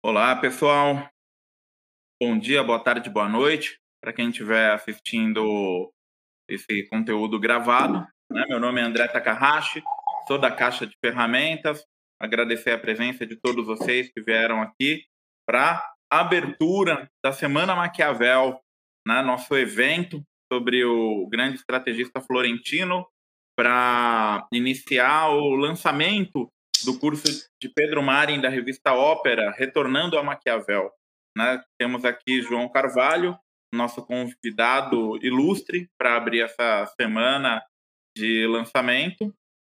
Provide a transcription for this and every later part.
Olá, pessoal. Bom dia, boa tarde, boa noite. Para quem estiver assistindo esse conteúdo gravado, né? Meu nome é André Takahashi, sou da Caixa de Ferramentas. Agradecer a presença de todos vocês que vieram aqui para a abertura da Semana Maquiavel, né? Nosso evento sobre o grande estrategista florentino, para iniciar o lançamento do curso de Pedro Marin da revista Ópera, Retornando a Maquiavel, né? Temos aqui João Carvalho, nosso convidado ilustre para abrir essa semana de lançamento.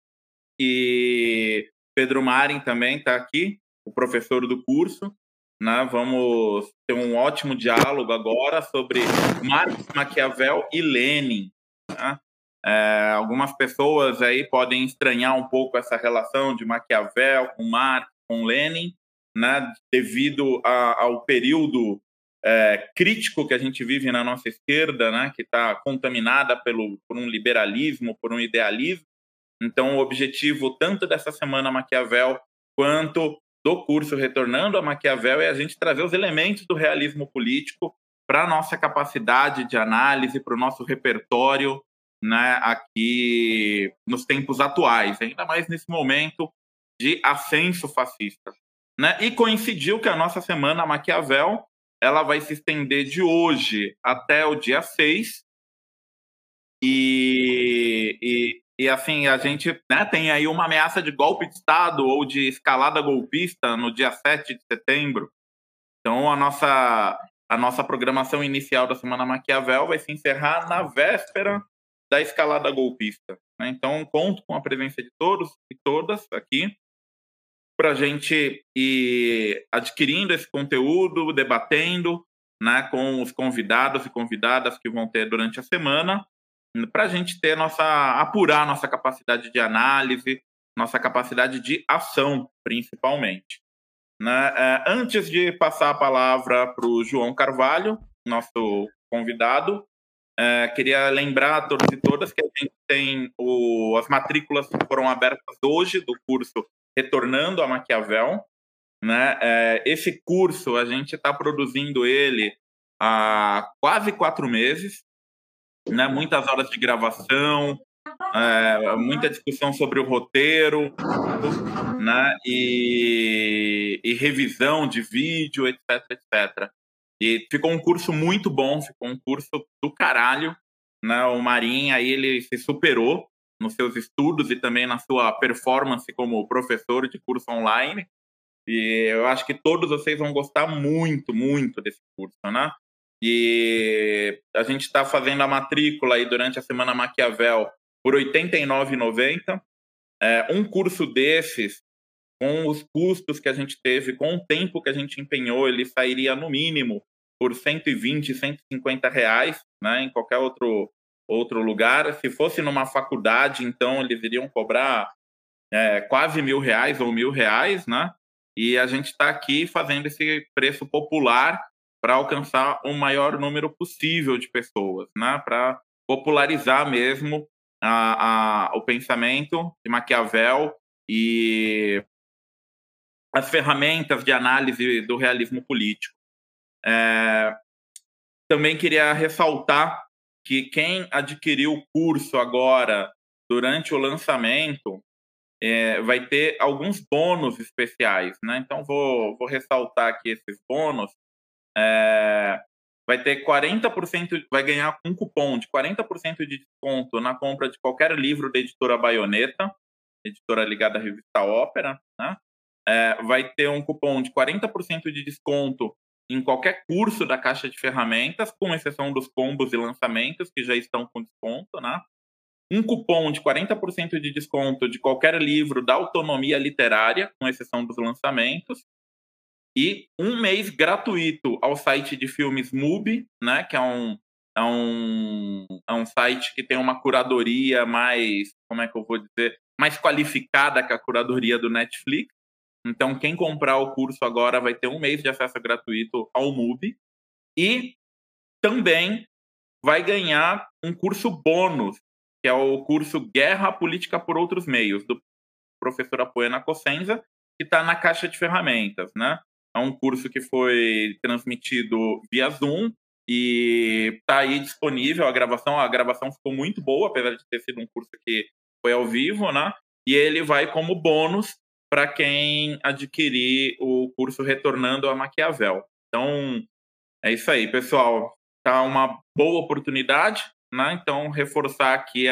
E Pedro Marin também está aqui, o professor do curso. Né? Vamos ter um ótimo diálogo agora sobre Marx, Maquiavel e Lenin. Né? Algumas pessoas aí podem estranhar um pouco essa relação de Maquiavel com Marx, com Lenin, né? Devido ao período crítico que a gente vive na nossa esquerda, né? Que está contaminada por um liberalismo, por um idealismo. Então, o objetivo tanto dessa semana Maquiavel quanto do curso Retornando a Maquiavel é a gente trazer os elementos do realismo político para a nossa capacidade de análise, para o nosso repertório, né, aqui nos tempos atuais, ainda mais nesse momento de ascenso fascista. Né? E coincidiu que a nossa semana Maquiavel ela vai se estender de hoje até o dia 6, e assim, a gente, né, tem aí uma ameaça de golpe de Estado ou de escalada golpista no dia 7 de setembro. Então, a nossa programação inicial da Semana Maquiavel vai se encerrar na véspera da escalada golpista. Né? Então, conto com a presença de todos e todas aqui para a gente ir adquirindo esse conteúdo, debatendo, né, com os convidados e convidadas que vão ter durante a semana, para a gente ter apurar nossa capacidade de análise, nossa capacidade de ação, principalmente. Né? Antes de passar a palavra para o João Carvalho, nosso convidado, queria lembrar a todos e todas que a gente tem as matrículas que foram abertas hoje do curso Retornando a Maquiavel. Né? Esse curso, a gente está produzindo ele há quase 4 meses, né? Muitas horas de gravação, muita discussão sobre o roteiro, né? E revisão de vídeo, etc, etc. E ficou um curso muito bom, ficou um curso do caralho. Né? O Marin, aí ele se superou nos seus estudos e também na sua performance como professor de curso online. E eu acho que todos vocês vão gostar muito, muito desse curso, né? E a gente está fazendo a matrícula aí durante a Semana Maquiavel por R$ 89,90. Um curso desses, com os custos que a gente teve, com o tempo que a gente empenhou, ele sairia no mínimo por 120, R$ 150, né? Em qualquer outro lugar. Se fosse numa faculdade, então eles iriam cobrar quase R$ 1.000 ou R$ 1.000, né? E a gente está aqui fazendo esse preço popular para alcançar o maior número possível de pessoas, né? Para popularizar mesmo o pensamento de Maquiavel e as ferramentas de análise do realismo político. Também queria ressaltar que quem adquiriu o curso agora, durante o lançamento, vai ter alguns bônus especiais, né? Então, vou ressaltar aqui esses bônus. Vai ter 40%, vai ganhar um cupom de 40% de desconto na compra de qualquer livro da editora Baioneta, editora ligada à revista Ópera, né? Vai ter um cupom de 40% de desconto em qualquer curso da Caixa de Ferramentas, com exceção dos combos e lançamentos, que já estão com desconto, né? Um cupom de 40% de desconto de qualquer livro da Autonomia Literária, com exceção dos lançamentos, e um mês gratuito ao site de filmes MUBI, né, que é um site que tem uma curadoria mais, como é que eu vou dizer, mais qualificada que a curadoria do Netflix. Então, quem comprar o curso agora vai ter um mês de acesso gratuito ao MUBI, e também vai ganhar um curso bônus, que é o curso Guerra Política por Outros Meios, do professor Apoena Cossenza, que está na Caixa de Ferramentas, né? É um curso que foi transmitido via Zoom e está aí disponível a gravação. A gravação ficou muito boa, apesar de ter sido um curso que foi ao vivo, né? E ele vai como bônus para quem adquirir o curso Retornando a Maquiavel. Então, é isso aí, pessoal. Tá uma boa oportunidade, né? Então, reforçar aqui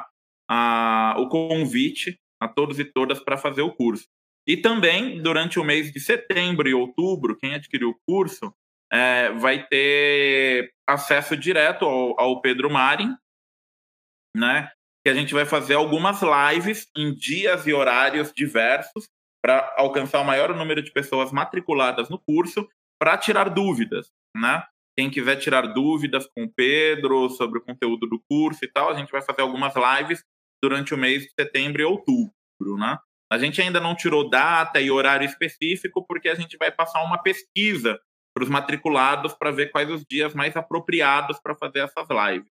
o convite a todos e todas para fazer o curso. E também, durante o mês de setembro e outubro, quem adquiriu o curso vai ter acesso direto ao Pedro Marin, né? Que a gente vai fazer algumas lives em dias e horários diversos para alcançar o maior número de pessoas matriculadas no curso para tirar dúvidas, né? Quem quiser tirar dúvidas com o Pedro sobre o conteúdo do curso e tal, a gente vai fazer algumas lives durante o mês de setembro e outubro, né? A gente ainda não tirou data e horário específico porque a gente vai passar uma pesquisa para os matriculados para ver quais os dias mais apropriados para fazer essas lives.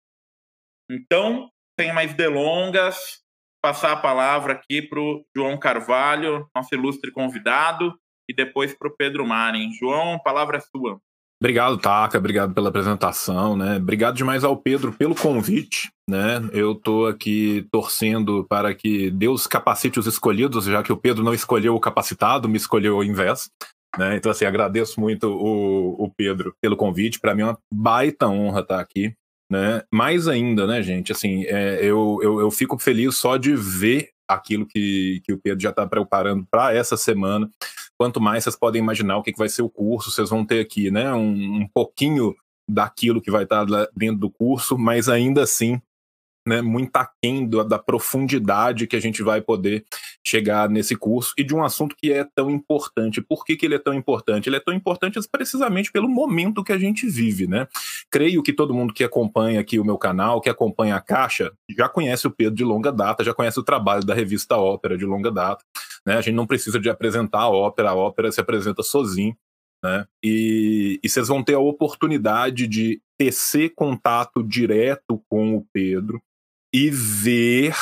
Então, sem mais delongas, passar a palavra aqui para o João Carvalho, nosso ilustre convidado, e depois para o Pedro Marin. João, a palavra é sua. Obrigado, Taka, obrigado pela apresentação, né? Obrigado demais ao Pedro pelo convite, né? Eu estou aqui torcendo para que Deus capacite os escolhidos, já que o Pedro não escolheu o capacitado, me escolheu ao invés, né? Então, assim, agradeço muito o Pedro pelo convite. Para mim é uma baita honra estar aqui, né? Mais ainda, né, gente? Assim, eu fico feliz só de ver aquilo que o Pedro já está preparando para essa semana. Quanto mais vocês podem imaginar o que vai ser o curso, vocês vão ter aqui, né, um pouquinho daquilo que vai estar dentro do curso, mas ainda assim, né, muito aquém da profundidade que a gente vai poder chegar nesse curso e de um assunto que é tão importante. Por que ele é tão importante? Ele é tão importante precisamente pelo momento que a gente vive, né? Creio que todo mundo que acompanha aqui o meu canal, que acompanha a Caixa, já conhece o Pedro de longa data, já conhece o trabalho da revista Ópera de longa data, né? A gente não precisa de apresentar a ópera se apresenta sozinho, né? E vocês vão ter a oportunidade de tecer contato direto com o Pedro e ver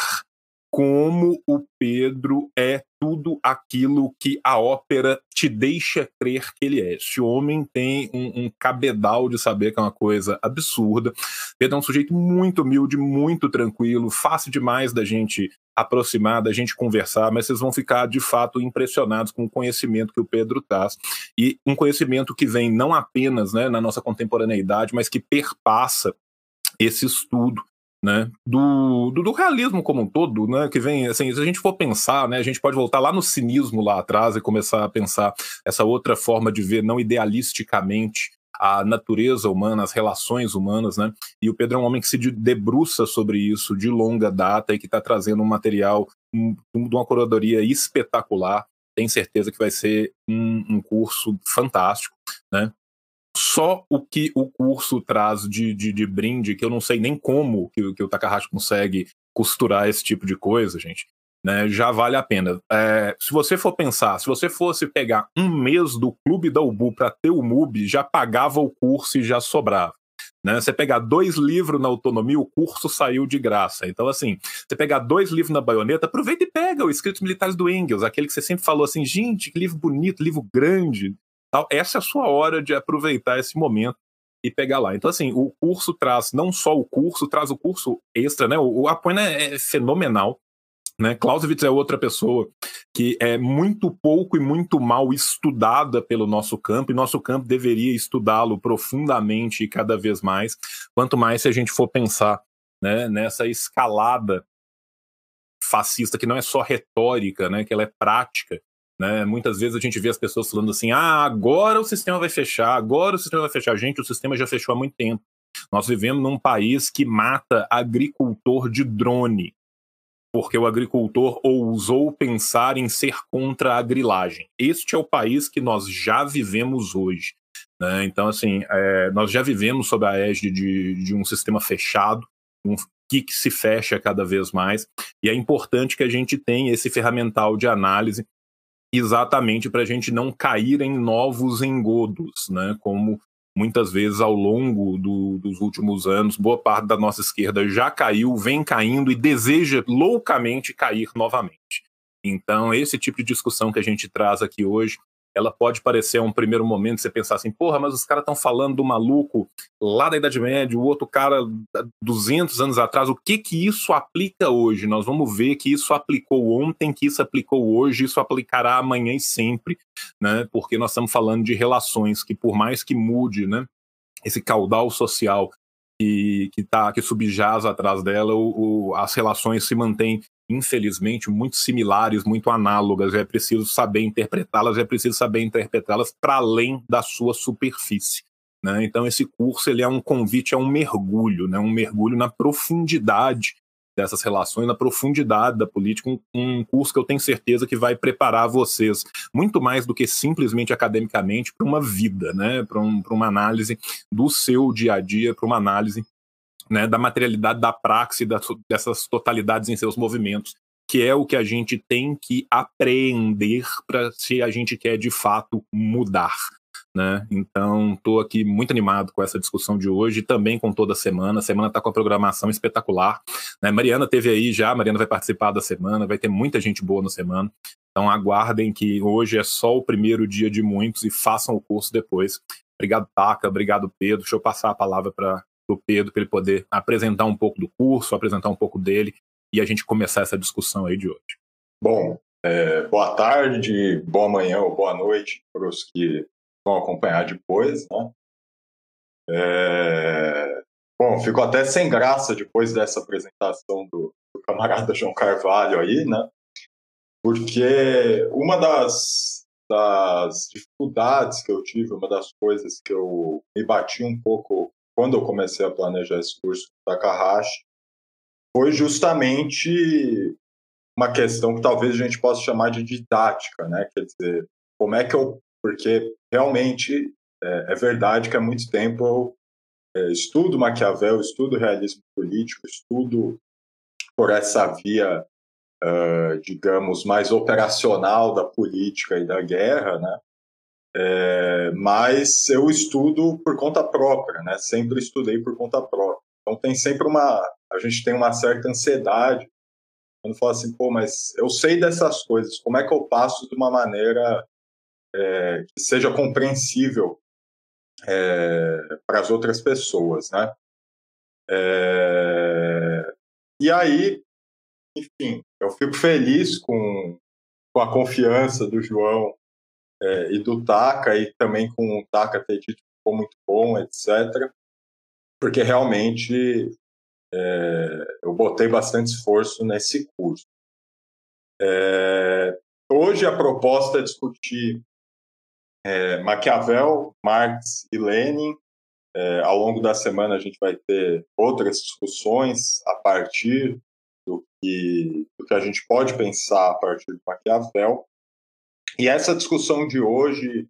como o Pedro é tudo aquilo que a ópera te deixa crer que ele é. Esse homem tem um cabedal de saber que é uma coisa absurda. Pedro é um sujeito muito humilde, muito tranquilo, fácil demais da gente aproximar, da gente conversar, mas vocês vão ficar de fato impressionados com o conhecimento que o Pedro traz, e um conhecimento que vem não apenas, né, na nossa contemporaneidade, mas que perpassa esse estudo, né, do realismo como um todo, né, que vem, assim, se a gente for pensar, né, a gente pode voltar lá no cinismo lá atrás e começar a pensar essa outra forma de ver não idealisticamente a natureza humana, as relações humanas, né, e o Pedro é um homem que se debruça sobre isso de longa data e que está trazendo um material de uma curadoria espetacular. Tenho certeza que vai ser um curso fantástico, né. Só o que o curso traz de brinde, que eu não sei nem como que o Takahashi consegue costurar esse tipo de coisa, gente, né, já vale a pena. Se você for pensar, se você fosse pegar um mês do Clube da Ubu para ter o MUBI, já pagava o curso e já sobrava. Né? Você pegar 2 livros na Autonomia, o curso saiu de graça. Então, assim, você pegar 2 livros na Baioneta, aproveita e pega o Escritos Militares do Engels, aquele que você sempre falou assim, gente, que livro bonito, livro grande. Essa é a sua hora de aproveitar esse momento e pegar lá. Então, assim, o curso traz não só o curso, traz o curso extra, né? O Apoena é fenomenal, né? Clausewitz é outra pessoa que é muito pouco e muito mal estudada pelo nosso campo, e nosso campo deveria estudá-lo profundamente e cada vez mais, quanto mais se a gente for pensar, né, nessa escalada fascista que não é só retórica, né, que ela é prática. Né? Muitas vezes a gente vê as pessoas falando assim, agora o sistema vai fechar, agora o sistema vai fechar. Gente, o sistema já fechou há muito tempo. Nós vivemos num país que mata agricultor de drone, porque o agricultor ousou pensar em ser contra a grilagem. Este é o país que nós já vivemos hoje. Né? Então, assim, nós já vivemos sob a égide de um sistema fechado, que se fecha cada vez mais, e é importante que a gente tenha esse ferramental de análise exatamente para a gente não cair em novos engodos, né? Como muitas vezes ao longo dos últimos anos, boa parte da nossa esquerda já caiu, vem caindo e deseja loucamente cair novamente. Então, esse tipo de discussão que a gente traz aqui hoje ela pode parecer a um primeiro momento, você pensar assim, porra, mas os caras estão falando do maluco lá da Idade Média, o outro cara 200 anos atrás, o que isso aplica hoje? Nós vamos ver que isso aplicou ontem, que isso aplicou hoje, isso aplicará amanhã e sempre, né? Porque nós estamos falando de relações que, por mais que mude, né, esse caudal social que subjaz atrás dela, as relações se mantêm, infelizmente, muito similares, muito análogas. É preciso saber interpretá-las para além da sua superfície, né? Então esse curso ele é um convite a um mergulho, né? Um mergulho na profundidade dessas relações, na profundidade da política, um curso que eu tenho certeza que vai preparar vocês muito mais do que simplesmente academicamente para uma vida, né? Para uma análise do seu dia a dia, para uma análise, né, da materialidade da praxe, dessas totalidades em seus movimentos, que é o que a gente tem que apreender para se a gente quer de fato mudar, né? Então estou aqui muito animado com essa discussão de hoje, também com toda a semana está com a programação espetacular, né? Mariana teve aí já, Mariana vai participar da semana, vai ter muita gente boa na semana, então aguardem que hoje é só o primeiro dia de muitos e façam o curso depois. Obrigado, Taca, obrigado, Pedro. Deixa eu passar a palavra para o Pedro, para ele poder apresentar um pouco do curso, apresentar um pouco dele e a gente começar essa discussão aí de hoje. Bom, boa tarde, boa manhã ou boa noite para os que vão acompanhar depois, né? Bom, fico até sem graça depois dessa apresentação do camarada João Carvalho aí, né? Porque uma das dificuldades que eu tive, uma das coisas que eu me bati um pouco quando eu comecei a planejar esse curso da Takahashi, foi justamente uma questão que talvez a gente possa chamar de didática, né? Quer dizer, como é que porque realmente é verdade que há muito tempo eu estudo Maquiavel, estudo realismo político, estudo por essa via, digamos, mais operacional da política e da guerra, né? Mas eu estudo por conta própria, né? Sempre estudei por conta própria. Então tem sempre a gente tem uma certa ansiedade quando fala assim, pô, mas eu sei dessas coisas, como é que eu passo de uma maneira que seja compreensível para as outras pessoas, né? E aí, enfim, eu fico feliz com a confiança do João e do Taca, e também com o Taca ter dito que ficou muito bom, etc., porque realmente eu botei bastante esforço nesse curso. Hoje a proposta é discutir Maquiavel, Marx e Lenin. Ao longo da semana a gente vai ter outras discussões a partir do que a gente pode pensar a partir de Maquiavel. E essa discussão de hoje,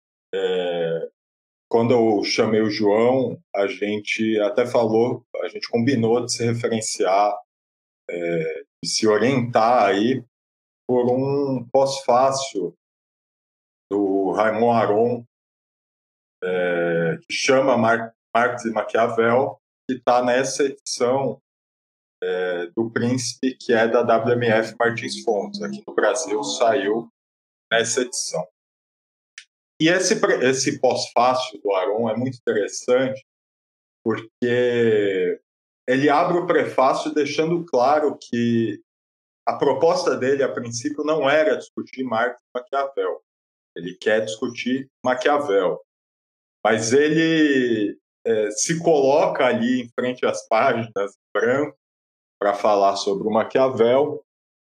quando eu chamei o João, a gente até falou, a gente combinou de se referenciar, de se orientar aí por um pós-fácil do Raymond Aron, que chama Marx e Maquiavel, que está nessa edição do Príncipe, que é da WMF Martins Fontes. Aqui no Brasil saiu nessa edição. E esse pós-fácil do Aron é muito interessante, porque ele abre o prefácio deixando claro que a proposta dele, a princípio, não era discutir Marx e Maquiavel. Ele quer discutir Maquiavel. Mas ele se coloca ali em frente às páginas em branco para falar sobre o Maquiavel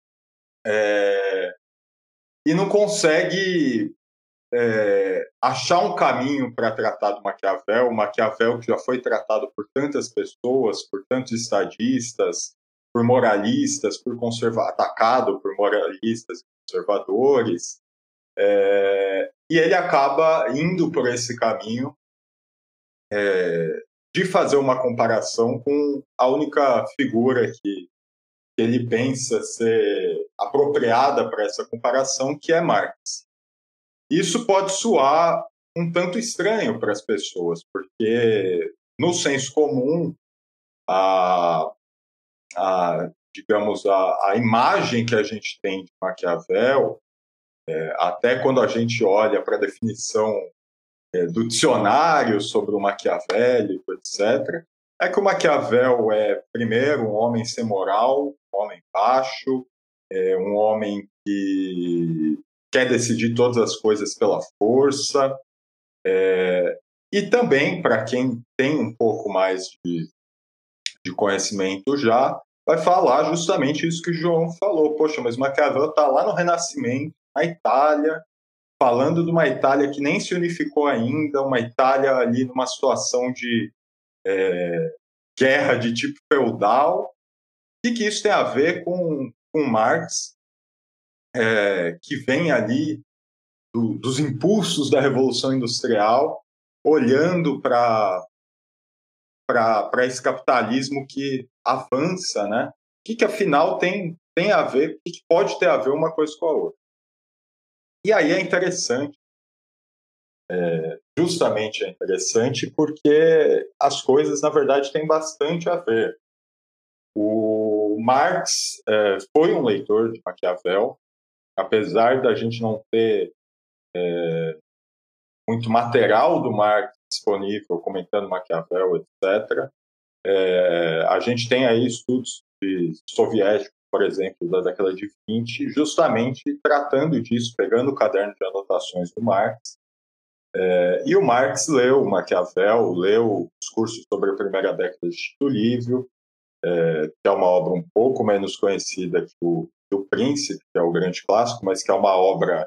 e não consegue achar um caminho para tratar do Maquiavel, o Maquiavel que já foi tratado por tantas pessoas, por tantos estadistas, por moralistas, atacado por moralistas e conservadores, e ele acaba indo por esse caminho de fazer uma comparação com a única figura que ele pensa ser apropriada para essa comparação, que é Marx. Isso pode soar um tanto estranho para as pessoas, porque no senso comum, digamos, a imagem que a gente tem de Maquiavel Até quando a gente olha para a definição do dicionário sobre o maquiavélico, etc., é que o Maquiavel é, primeiro, um homem sem moral, um homem baixo, um homem que quer decidir todas as coisas pela força, e também, para quem tem um pouco mais de conhecimento já, vai falar justamente isso que o João falou. Poxa, mas Maquiavel está lá no Renascimento, na Itália, falando de uma Itália que nem se unificou ainda, uma Itália ali numa situação de guerra de tipo feudal. O que isso tem a ver com Marx, que vem ali dos impulsos da Revolução Industrial, olhando para esse capitalismo que avança, né? O que afinal tem a ver, o que pode ter a ver uma coisa com a outra? E aí é interessante, justamente é interessante porque as coisas, na verdade, têm bastante a ver. O Marx foi um leitor de Maquiavel, apesar da gente não ter muito material do Marx disponível comentando Maquiavel, etc. A gente tem aí estudos soviéticos, por exemplo, da década de 20, justamente tratando disso, pegando o caderno de anotações do Marx. E o Marx leu Maquiavel, leu o Discurso sobre a Primeira Década de Tito Livio, que é uma obra um pouco menos conhecida que o Príncipe, que é o grande clássico, mas que é uma obra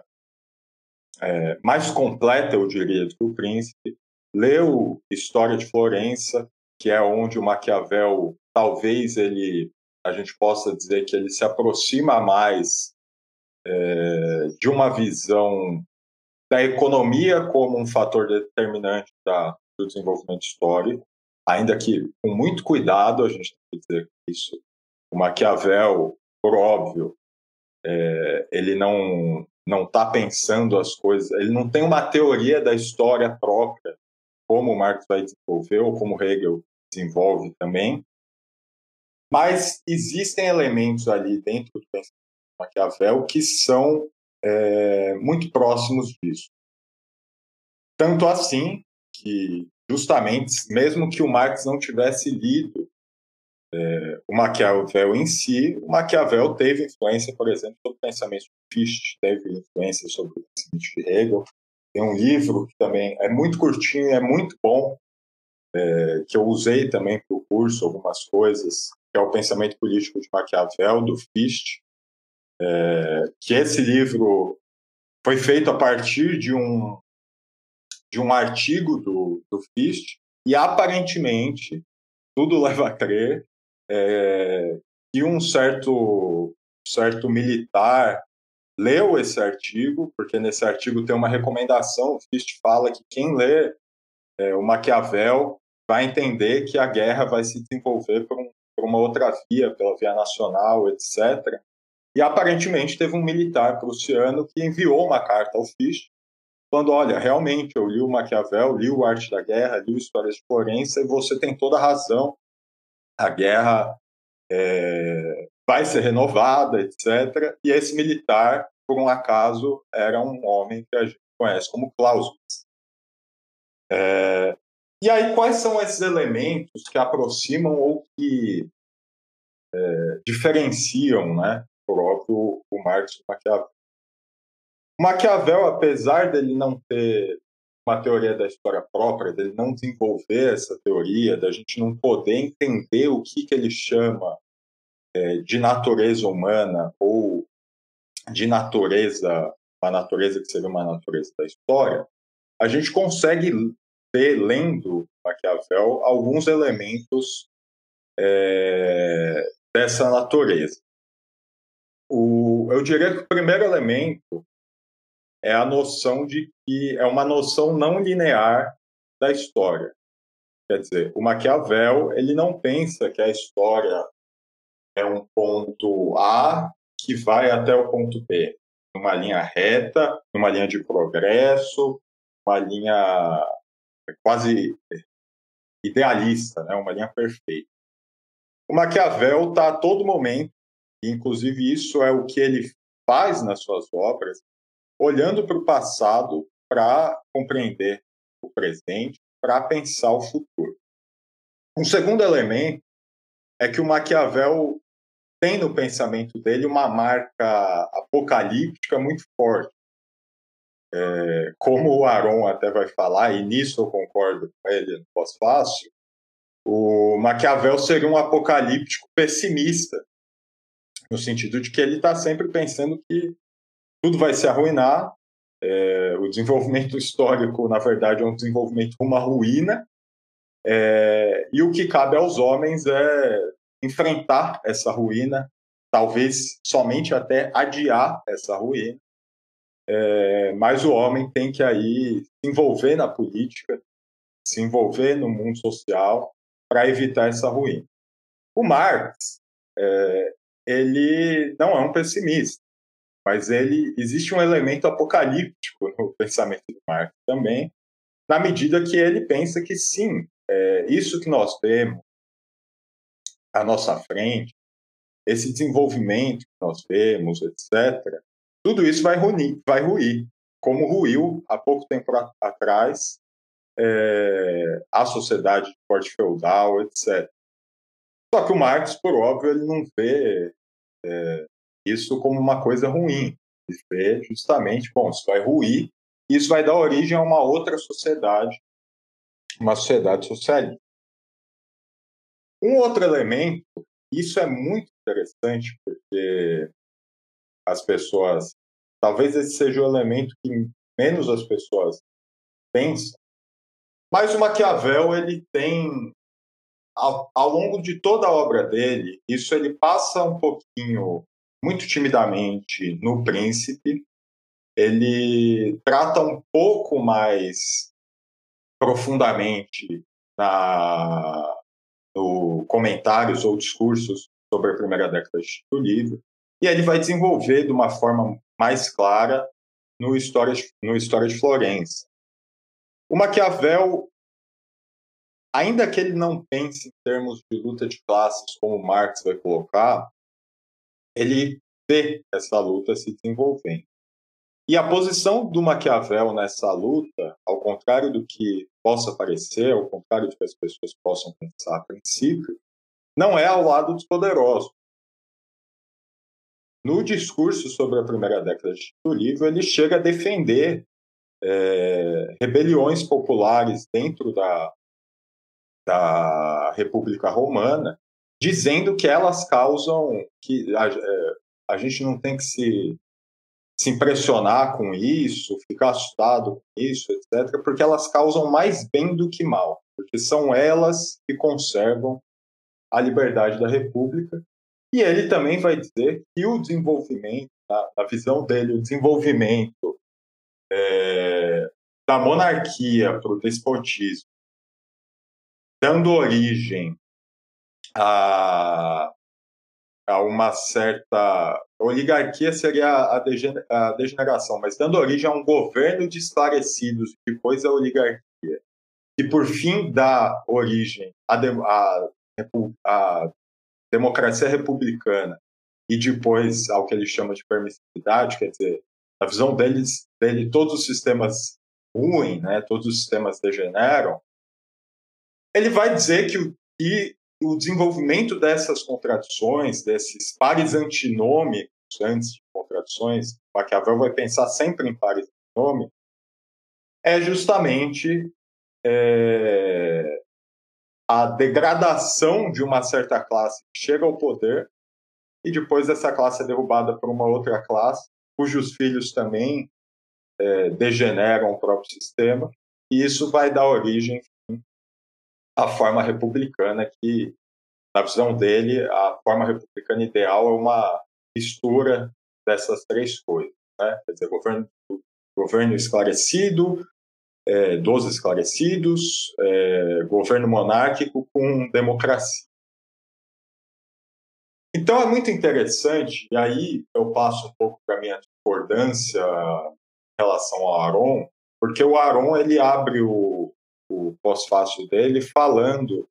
mais completa, eu diria, do que o Príncipe. Leu História de Florença, que é onde o Maquiavel, talvez a gente possa dizer que ele se aproxima mais de uma visão da economia como um fator determinante do desenvolvimento histórico, ainda que com muito cuidado, a gente tem que dizer isso. O Maquiavel, por óbvio, ele não está pensando as coisas, ele não tem uma teoria da história própria, como o Marx vai desenvolver, ou como Hegel desenvolve também, mas existem elementos ali dentro do pensamento de Maquiavel que são muito próximos disso. Tanto assim que, justamente, mesmo que o Marx não tivesse lido o Maquiavel em si, o Maquiavel teve influência, por exemplo, sobre o pensamento de Fichte, teve influência sobre o pensamento de Hegel. Tem um livro que também é muito curtinho, é muito bom, que eu usei também para o curso, algumas coisas, que é o Pensamento Político de Maquiavel, do Fichte, que esse livro foi feito a partir de um artigo do Fichte, e aparentemente tudo leva a crer que um certo militar leu esse artigo, porque nesse artigo tem uma recomendação, o Fichte fala que quem lê o Maquiavel vai entender que a guerra vai se desenvolver por uma outra via, pela via nacional, etc. E aparentemente teve um militar prussiano que enviou uma carta ao Fichte, falando, olha, realmente, eu li o Maquiavel, li o Arte da Guerra, li o História de Florença, e você tem toda a razão. A guerra vai ser renovada, etc. E esse militar, por um acaso, era um homem que a gente conhece como Clausewitz. E aí, quais são esses elementos que aproximam ou que diferenciam, né, por óbvio, o Marx do Maquiavel? O Maquiavel, apesar dele não ter uma teoria da história própria, dele não desenvolver essa teoria, da gente não poder entender o que ele chama de natureza humana ou de natureza, uma natureza que seria uma natureza da história, a gente consegue ver, lendo Maquiavel, alguns elementos dessa natureza. Eu diria que o primeiro elemento é a noção de que é uma noção não linear da história. Quer dizer, o Maquiavel, ele não pensa que a história é um ponto A que vai até o ponto B, numa linha reta, numa linha de progresso, uma linha quase idealista, né? Uma linha perfeita. O Maquiavel está a todo momento, e inclusive isso é o que ele faz nas suas obras, olhando para o passado para compreender o presente, para pensar o futuro. Um segundo elemento é que o Maquiavel tem no pensamento dele uma marca apocalíptica muito forte. Como o Aron até vai falar, e nisso eu concordo com ele no pós-fácil, o Maquiavel seria um apocalíptico pessimista, no sentido de que ele está sempre pensando que tudo vai se arruinar, o desenvolvimento histórico, na verdade, é um desenvolvimento com uma ruína, e o que cabe aos homens é enfrentar essa ruína, talvez somente até adiar essa ruína, mas o homem tem que aí se envolver na política, se envolver no mundo social para evitar essa ruína. O Marx, ele não é um pessimista, mas existe um elemento apocalíptico no pensamento do Marx também, na medida que ele pensa que sim, isso que nós temos à nossa frente, esse desenvolvimento que nós vemos, etc., tudo isso vai ruir, como ruiu há pouco tempo atrás a sociedade de porte feudal, etc. Só que o Marx, por óbvio, ele não vê isso como uma coisa ruim. Ele vê justamente, bom, isso vai ruir, e isso vai dar origem a uma outra sociedade, uma sociedade socialista. Um outro elemento, isso é muito interessante, porque as pessoas, talvez esse seja o elemento que menos as pessoas pensam, mas o Maquiavel, ele tem, ao longo de toda a obra dele, isso ele passa um pouquinho, muito timidamente, no Príncipe, ele trata um pouco mais profundamente no comentários ou discursos sobre a primeira década de Tito Livre, e ele vai desenvolver de uma forma mais clara no História de Florença. O Maquiavel, ainda que ele não pense em termos de luta de classes, como Marx vai colocar, ele vê essa luta se desenvolvendo. E a posição do Maquiavel nessa luta, ao contrário do que possa parecer, ao contrário do que as pessoas possam pensar a princípio, não é ao lado dos poderosos. No discurso sobre a primeira década de Tito Livre, ele chega a defender rebeliões populares dentro da República Romana, dizendo que elas causam, que a gente não tem que se impressionar com isso, ficar assustado com isso, etc., porque elas causam mais bem do que mal, porque são elas que conservam a liberdade da República. E ele também vai dizer que o desenvolvimento, na visão dele, o desenvolvimento da monarquia para o despotismo, dando origem a uma certa... oligarquia seria a degeneração, mas dando origem a um governo de esclarecidos, depois a oligarquia, que por fim dá origem à democracia republicana e depois ao que ele chama de permissividade, quer dizer, na visão dele todos os sistemas ruem, né, todos os sistemas degeneram. Ele vai dizer que o desenvolvimento dessas contradições, desses pares antinômicos antes de contradições, Maquiavel vai pensar sempre em pares antinômicos, é justamente a degradação de uma certa classe que chega ao poder e depois essa classe é derrubada por uma outra classe, cujos filhos também degeneram o próprio sistema, e isso vai dar origem, enfim, à forma republicana, que, na visão dele, a forma republicana ideal é uma mistura dessas três coisas, né? Quer dizer, governo esclarecido, dos esclarecidos, governo monárquico com democracia. Então é muito interessante, e aí eu passo um pouco para a minha discordância em relação ao Aron, porque o Aron ele abre o pós-fácil dele falando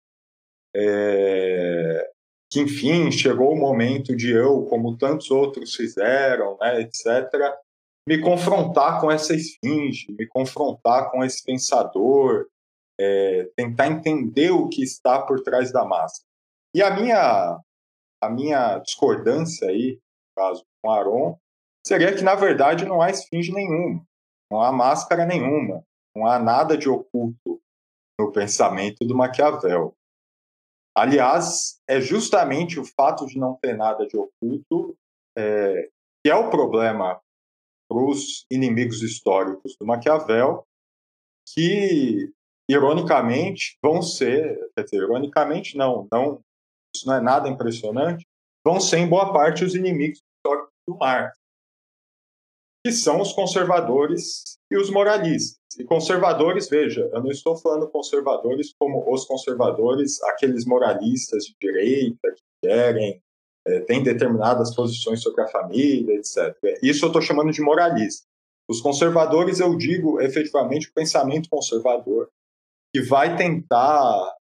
que, enfim, chegou o momento de eu, como tantos outros fizeram, né, etc., me confrontar com essa esfinge, me confrontar com esse pensador, tentar entender o que está por trás da máscara. E a minha discordância aí, no caso com Aron, seria que, na verdade, não há esfinge nenhuma, não há máscara nenhuma, não há nada de oculto no pensamento do Maquiavel. Aliás, é justamente o fato de não ter nada de oculto que é o problema para os inimigos históricos do Maquiavel, que, ironicamente, vão ser, quer dizer, ironicamente não, isso não é nada impressionante, vão ser, em boa parte, os inimigos históricos do Marx, que são os conservadores e os moralistas. E conservadores, veja, eu não estou falando conservadores como os conservadores, aqueles moralistas de direita que querem, têm determinadas posições sobre a família, etc. Isso eu estou chamando de moralista. Os conservadores, eu digo, efetivamente, o pensamento conservador, que vai tentar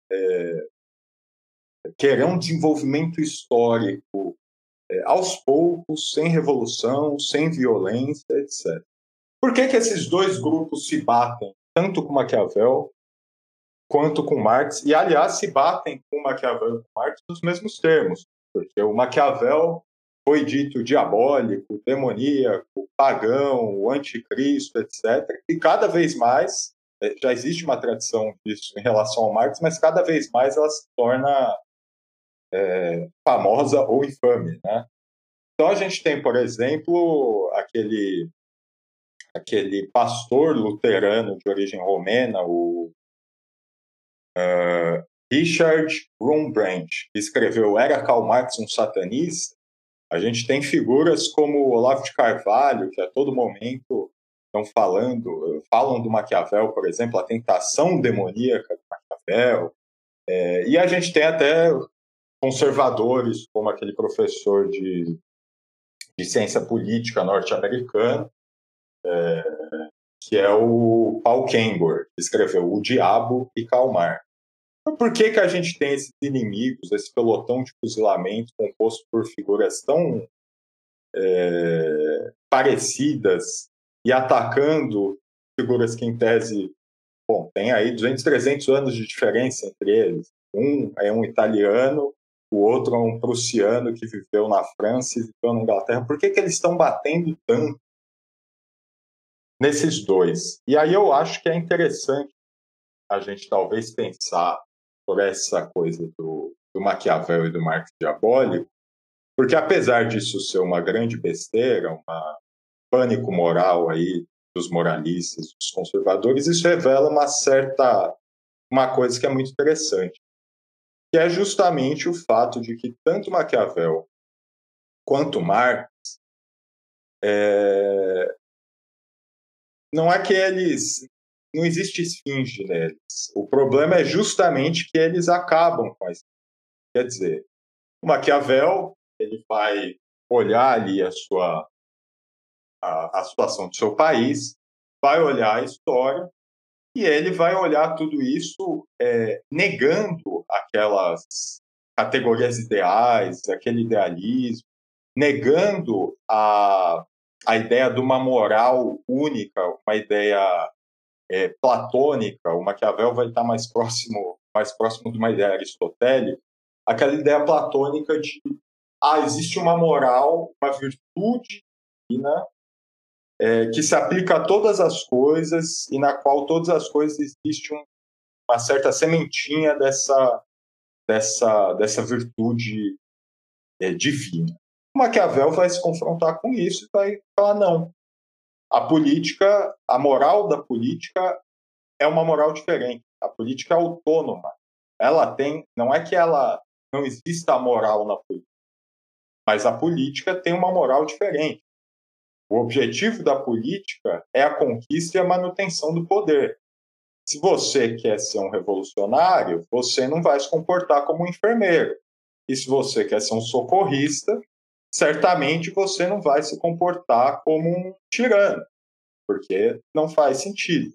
querer um desenvolvimento histórico aos poucos, sem revolução, sem violência, etc. Por que esses dois grupos se batem, tanto com Maquiavel quanto com Marx? E, aliás, se batem com Maquiavel e com Marx nos mesmos termos, porque o Maquiavel foi dito diabólico, demoníaco, pagão, o anticristo, etc. E cada vez mais, já existe uma tradição disso em relação ao Marx, mas cada vez mais ela se torna famosa ou infame, né? Então a gente tem, por exemplo, aquele pastor luterano de origem romena, o Richard Rembrandt, que escreveu Era Karl Marx um satanista. A gente tem figuras como Olavo de Carvalho, que a todo momento falam do Maquiavel, por exemplo, a tentação demoníaca do Maquiavel. E a gente tem até conservadores, como aquele professor de ciência política norte-americano, que é o Paul Kengor, que escreveu O Diabo e Karl Marx. Por que a gente tem esses inimigos, esse pelotão de fuzilamento composto por figuras tão parecidas e atacando figuras que, em tese, tem aí 200, 300 anos de diferença entre eles? Um é um italiano, o outro é um prussiano que viveu na França e viveu na Inglaterra. Por que eles estão batendo tanto nesses dois? E aí eu acho que é interessante a gente talvez pensar por essa coisa do Maquiavel e do Marx diabólico, porque apesar disso ser uma grande besteira, um pânico moral aí dos moralistas, dos conservadores, isso revela uma coisa que é muito interessante, que é justamente o fato de que tanto Maquiavel quanto Marx não é que eles... Não existe esfinge neles. O problema é justamente que eles acabam com a esfinge. Quer dizer, o Maquiavel ele vai olhar ali a situação do seu país, vai olhar a história, e ele vai olhar tudo isso negando aquelas categorias ideais, aquele idealismo, negando a ideia de uma moral única, uma ideia platônica. O Maquiavel vai estar mais próximo de uma ideia aristotélica, aquela ideia platônica de existe uma moral, uma virtude divina, que se aplica a todas as coisas e na qual todas as coisas existe uma certa sementinha dessa virtude divina. O Maquiavel vai se confrontar com isso e vai falar, não, a moral da política é uma moral diferente. A política é autônoma. Não é que ela não exista a moral na política, mas a política tem uma moral diferente. O objetivo da política é a conquista e a manutenção do poder. Se você quer ser um revolucionário, você não vai se comportar como um enfermeiro. E se você quer ser um socorrista, certamente você não vai se comportar como um tirano, porque não faz sentido.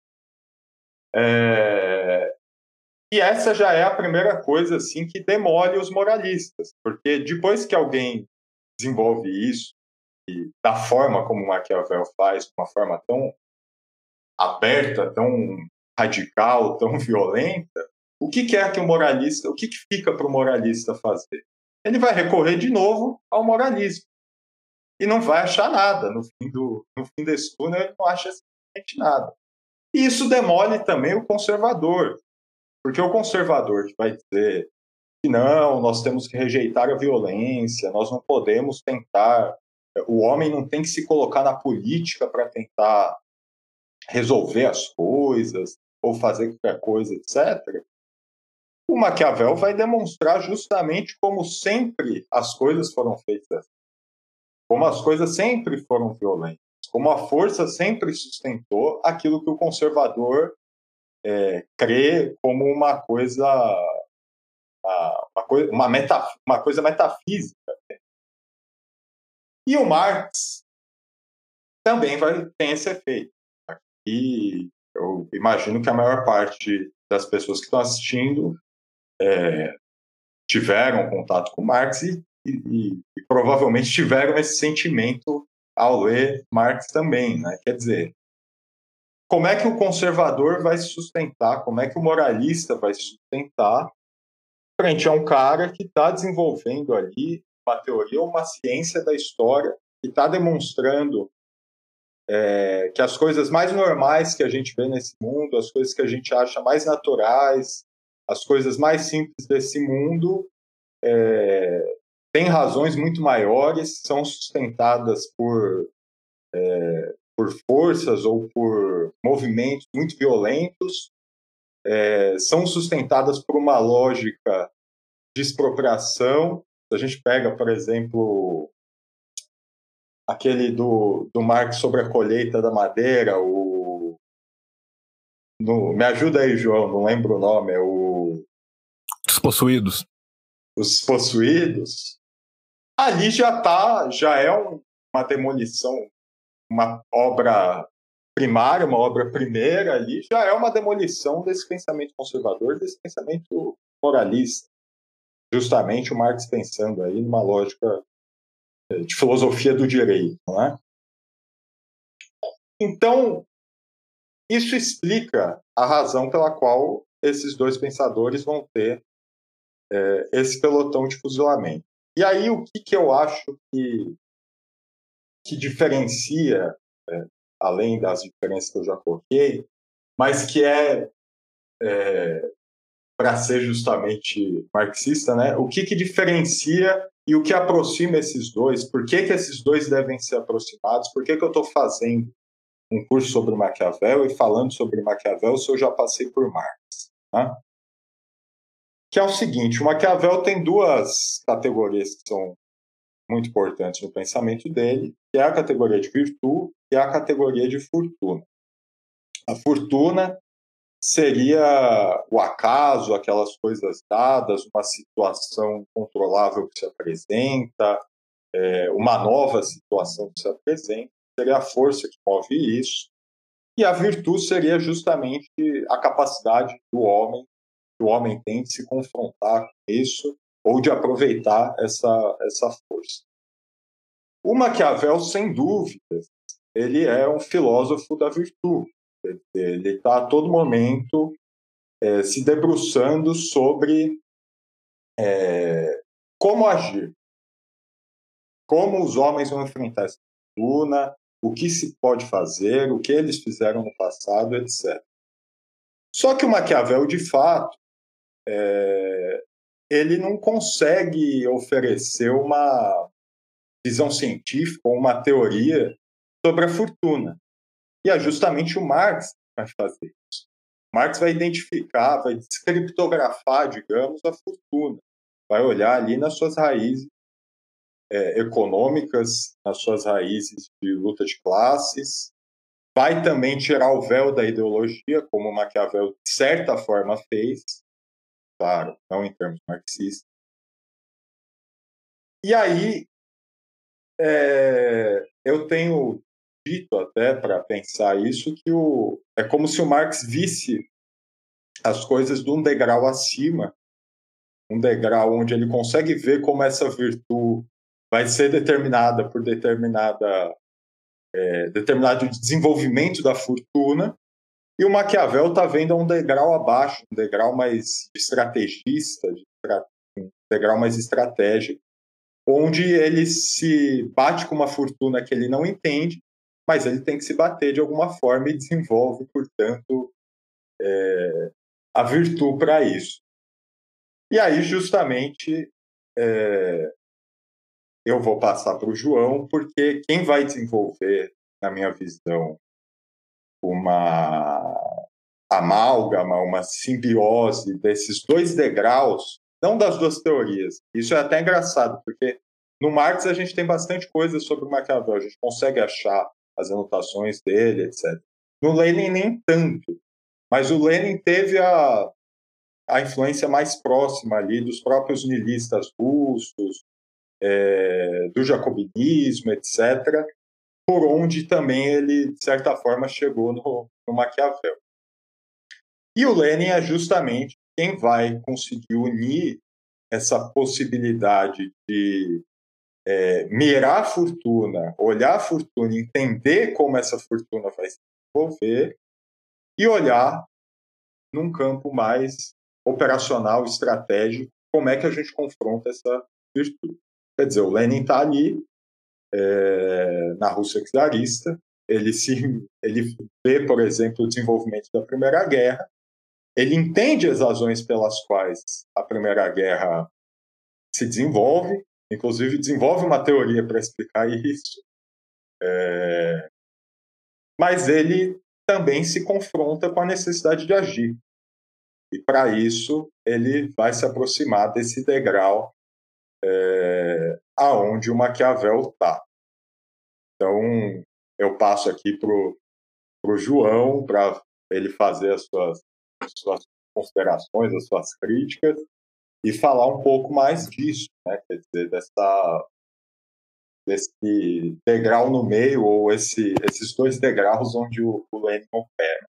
E essa já é a primeira coisa assim, que demole os moralistas, porque depois que alguém desenvolve isso da forma como Maquiavel faz, de uma forma tão aberta, tão radical, tão violenta, o que é que o moralista, o que fica para o moralista fazer? Ele vai recorrer de novo ao moralismo e não vai achar nada. No fim desse túnel, ele não acha absolutamente nada. E isso demole também o conservador, porque o conservador que vai dizer que não, nós temos que rejeitar a violência, nós não podemos tentar, o homem não tem que se colocar na política para tentar resolver as coisas ou fazer qualquer coisa, etc. O Maquiavel vai demonstrar justamente como sempre as coisas foram feitas, como as coisas sempre foram violentas, como a força sempre sustentou aquilo que o conservador crê como uma coisa metafísica. E o Marx também tem esse efeito. E eu imagino que a maior parte das pessoas que estão assistindo tiveram contato com Marx e provavelmente tiveram esse sentimento ao ler Marx também, né? Quer dizer, como é que o conservador vai se sustentar, como é que o moralista vai se sustentar frente a um cara que está desenvolvendo ali uma teoria, uma ciência da história, que está demonstrando que as coisas mais normais que a gente vê nesse mundo, as coisas que a gente acha mais naturais, as coisas mais simples desse mundo, têm razões muito maiores, são sustentadas por forças ou por movimentos muito violentos, são sustentadas por uma lógica de expropriação. Se a gente pega, por exemplo, aquele do Marx sobre a colheita da madeira, me ajuda aí, João, não lembro o nome, Os Possuídos. Os Possuídos. Ali já é uma demolição, uma obra primária, uma obra primeira ali, já é uma demolição desse pensamento conservador, desse pensamento moralista. Justamente o Marx pensando aí numa lógica de filosofia do direito, não é? Então, isso explica a razão pela qual esses dois pensadores vão ter esse pelotão de fuzilamento. E aí, o que eu acho que diferencia, além das diferenças que eu já coloquei, mas que para ser justamente marxista, né? O que diferencia e o que aproxima esses dois? Por que esses dois devem ser aproximados? Por que eu estou fazendo um curso sobre Maquiavel e falando sobre Maquiavel se eu já passei por Marx? Né? Que é o seguinte, o Maquiavel tem duas categorias que são muito importantes no pensamento dele, que é a categoria de virtude e a categoria de fortuna. A fortuna seria o acaso, aquelas coisas dadas, uma situação controlável que se apresenta, uma nova situação que se apresenta, seria a força que move isso. E a virtude seria justamente a capacidade que o homem tem de se confrontar com isso ou de aproveitar essa força. O Maquiavel, sem dúvidas, ele é um filósofo da virtude. Ele está a todo momento se debruçando sobre como agir, como os homens vão enfrentar essa fortuna, o que se pode fazer, o que eles fizeram no passado, etc. Só que o Maquiavel, de fato, ele não consegue oferecer uma visão científica ou uma teoria sobre a fortuna. E é justamente o Marx que vai fazer isso. Marx vai identificar, vai descriptografar, digamos, a fortuna. Vai olhar ali nas suas raízes econômicas, nas suas raízes de luta de classes. Vai também tirar o véu da ideologia, como o Maquiavel, de certa forma, fez. Claro, não em termos marxistas. E aí, eu tenho dito até para pensar isso, que é como se o Marx visse as coisas de um degrau acima, um degrau onde ele consegue ver como essa virtude vai ser determinada por determinado desenvolvimento da fortuna, e o Maquiavel está vendo um degrau abaixo, um degrau mais estrategista, um degrau mais estratégico, onde ele se bate com uma fortuna que ele não entende, mas ele tem que se bater de alguma forma e desenvolve, portanto, a virtude para isso. E aí, justamente, eu vou passar para o João, porque quem vai desenvolver, na minha visão, uma amálgama, uma simbiose desses dois degraus, não das duas teorias. Isso é até engraçado, porque no Marx a gente tem bastante coisa sobre o Maquiavel, a gente consegue achar as anotações dele, etc. No Lenin, nem tanto. Mas o Lenin teve a influência mais próxima ali dos próprios nihilistas russos, do jacobinismo, etc., por onde também ele, de certa forma, chegou no Maquiavel. E o Lenin é justamente quem vai conseguir unir essa possibilidade de mirar a fortuna, olhar a fortuna, entender como essa fortuna vai se desenvolver e olhar num campo mais operacional, estratégico, como é que a gente confronta essa virtude. Quer dizer, o Lenin está ali na Rússia czarista, ele vê, por exemplo, o desenvolvimento da Primeira Guerra, ele entende as razões pelas quais a Primeira Guerra se desenvolve, inclusive desenvolve uma teoria para explicar isso, mas ele também se confronta com a necessidade de agir. E, para isso, ele vai se aproximar desse degrau aonde o Maquiavel está. Então, eu passo aqui para o João, para ele fazer as suas considerações, as suas críticas, e falar um pouco mais disso, né? Quer dizer, desse degrau no meio, ou esses dois degraus onde o Lenin opera.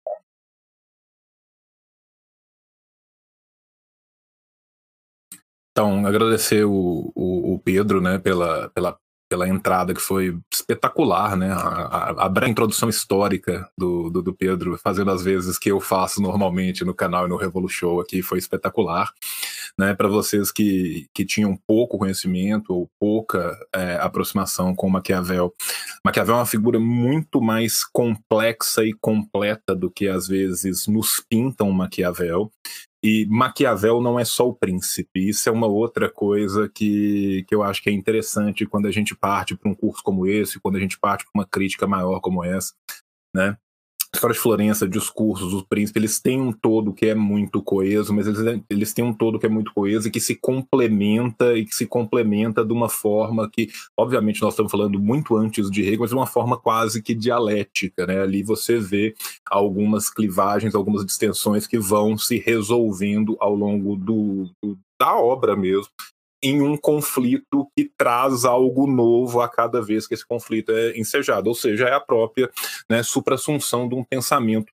Então, agradecer o Pedro, né, pela entrada que foi espetacular, né, a breve introdução histórica do Pedro, fazendo as vezes que eu faço normalmente no canal e no Revolution aqui, foi espetacular, né, para vocês que tinham pouco conhecimento ou pouca aproximação com Maquiavel. Maquiavel é uma figura muito mais complexa e completa do que às vezes nos pintam Maquiavel. E Maquiavel não é só o príncipe, isso é uma outra coisa que eu acho que é interessante quando a gente parte para um curso como esse, quando a gente parte para uma crítica maior como essa, né? A História de Florença, discursos, o príncipe, eles têm um todo que é muito coeso, mas eles têm um todo que é muito coeso e que se complementa de uma forma que, obviamente, nós estamos falando muito antes de Hegel, mas de uma forma quase que dialética, né? Ali você vê algumas clivagens, algumas distensões que vão se resolvendo ao longo da obra mesmo, em um conflito que traz algo novo a cada vez que esse conflito é ensejado, ou seja, é a própria, né, suprassunção de um pensamento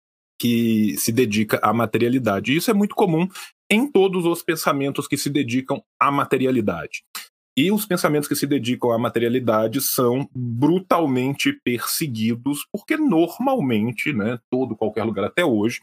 que se dedica à materialidade. E isso é muito comum em todos os pensamentos que se dedicam à materialidade. E os pensamentos que se dedicam à materialidade são brutalmente perseguidos, porque normalmente, né, qualquer lugar até hoje,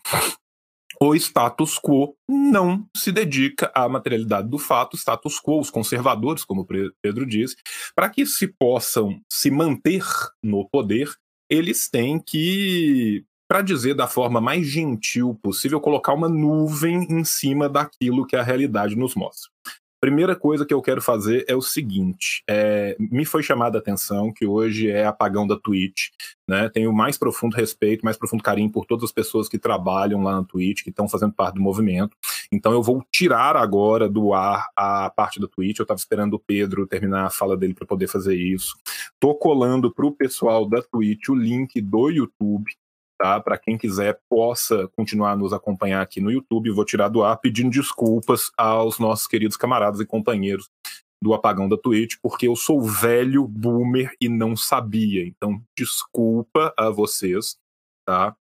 o status quo não se dedica à materialidade do fato. Status quo, os conservadores, como o Pedro disse, para que se possam se manter no poder, eles têm que, para dizer da forma mais gentil possível, colocar uma nuvem em cima daquilo que a realidade nos mostra. Primeira coisa que eu quero fazer é o seguinte, me foi chamada a atenção que hoje é apagão da Twitch, né? Tenho mais profundo respeito, mais profundo carinho por todas as pessoas que trabalham lá na Twitch, que estão fazendo parte do movimento. Então eu vou tirar agora do ar a parte da Twitch. Eu estava esperando o Pedro terminar a fala dele para poder fazer isso. Tô colando para o pessoal da Twitch o link do YouTube, tá? Para quem quiser possa continuar a nos acompanhar aqui no YouTube. Vou tirar do ar pedindo desculpas aos nossos queridos camaradas e companheiros do apagão da Twitch, porque eu sou velho boomer e não sabia. Então, desculpa a vocês, tá?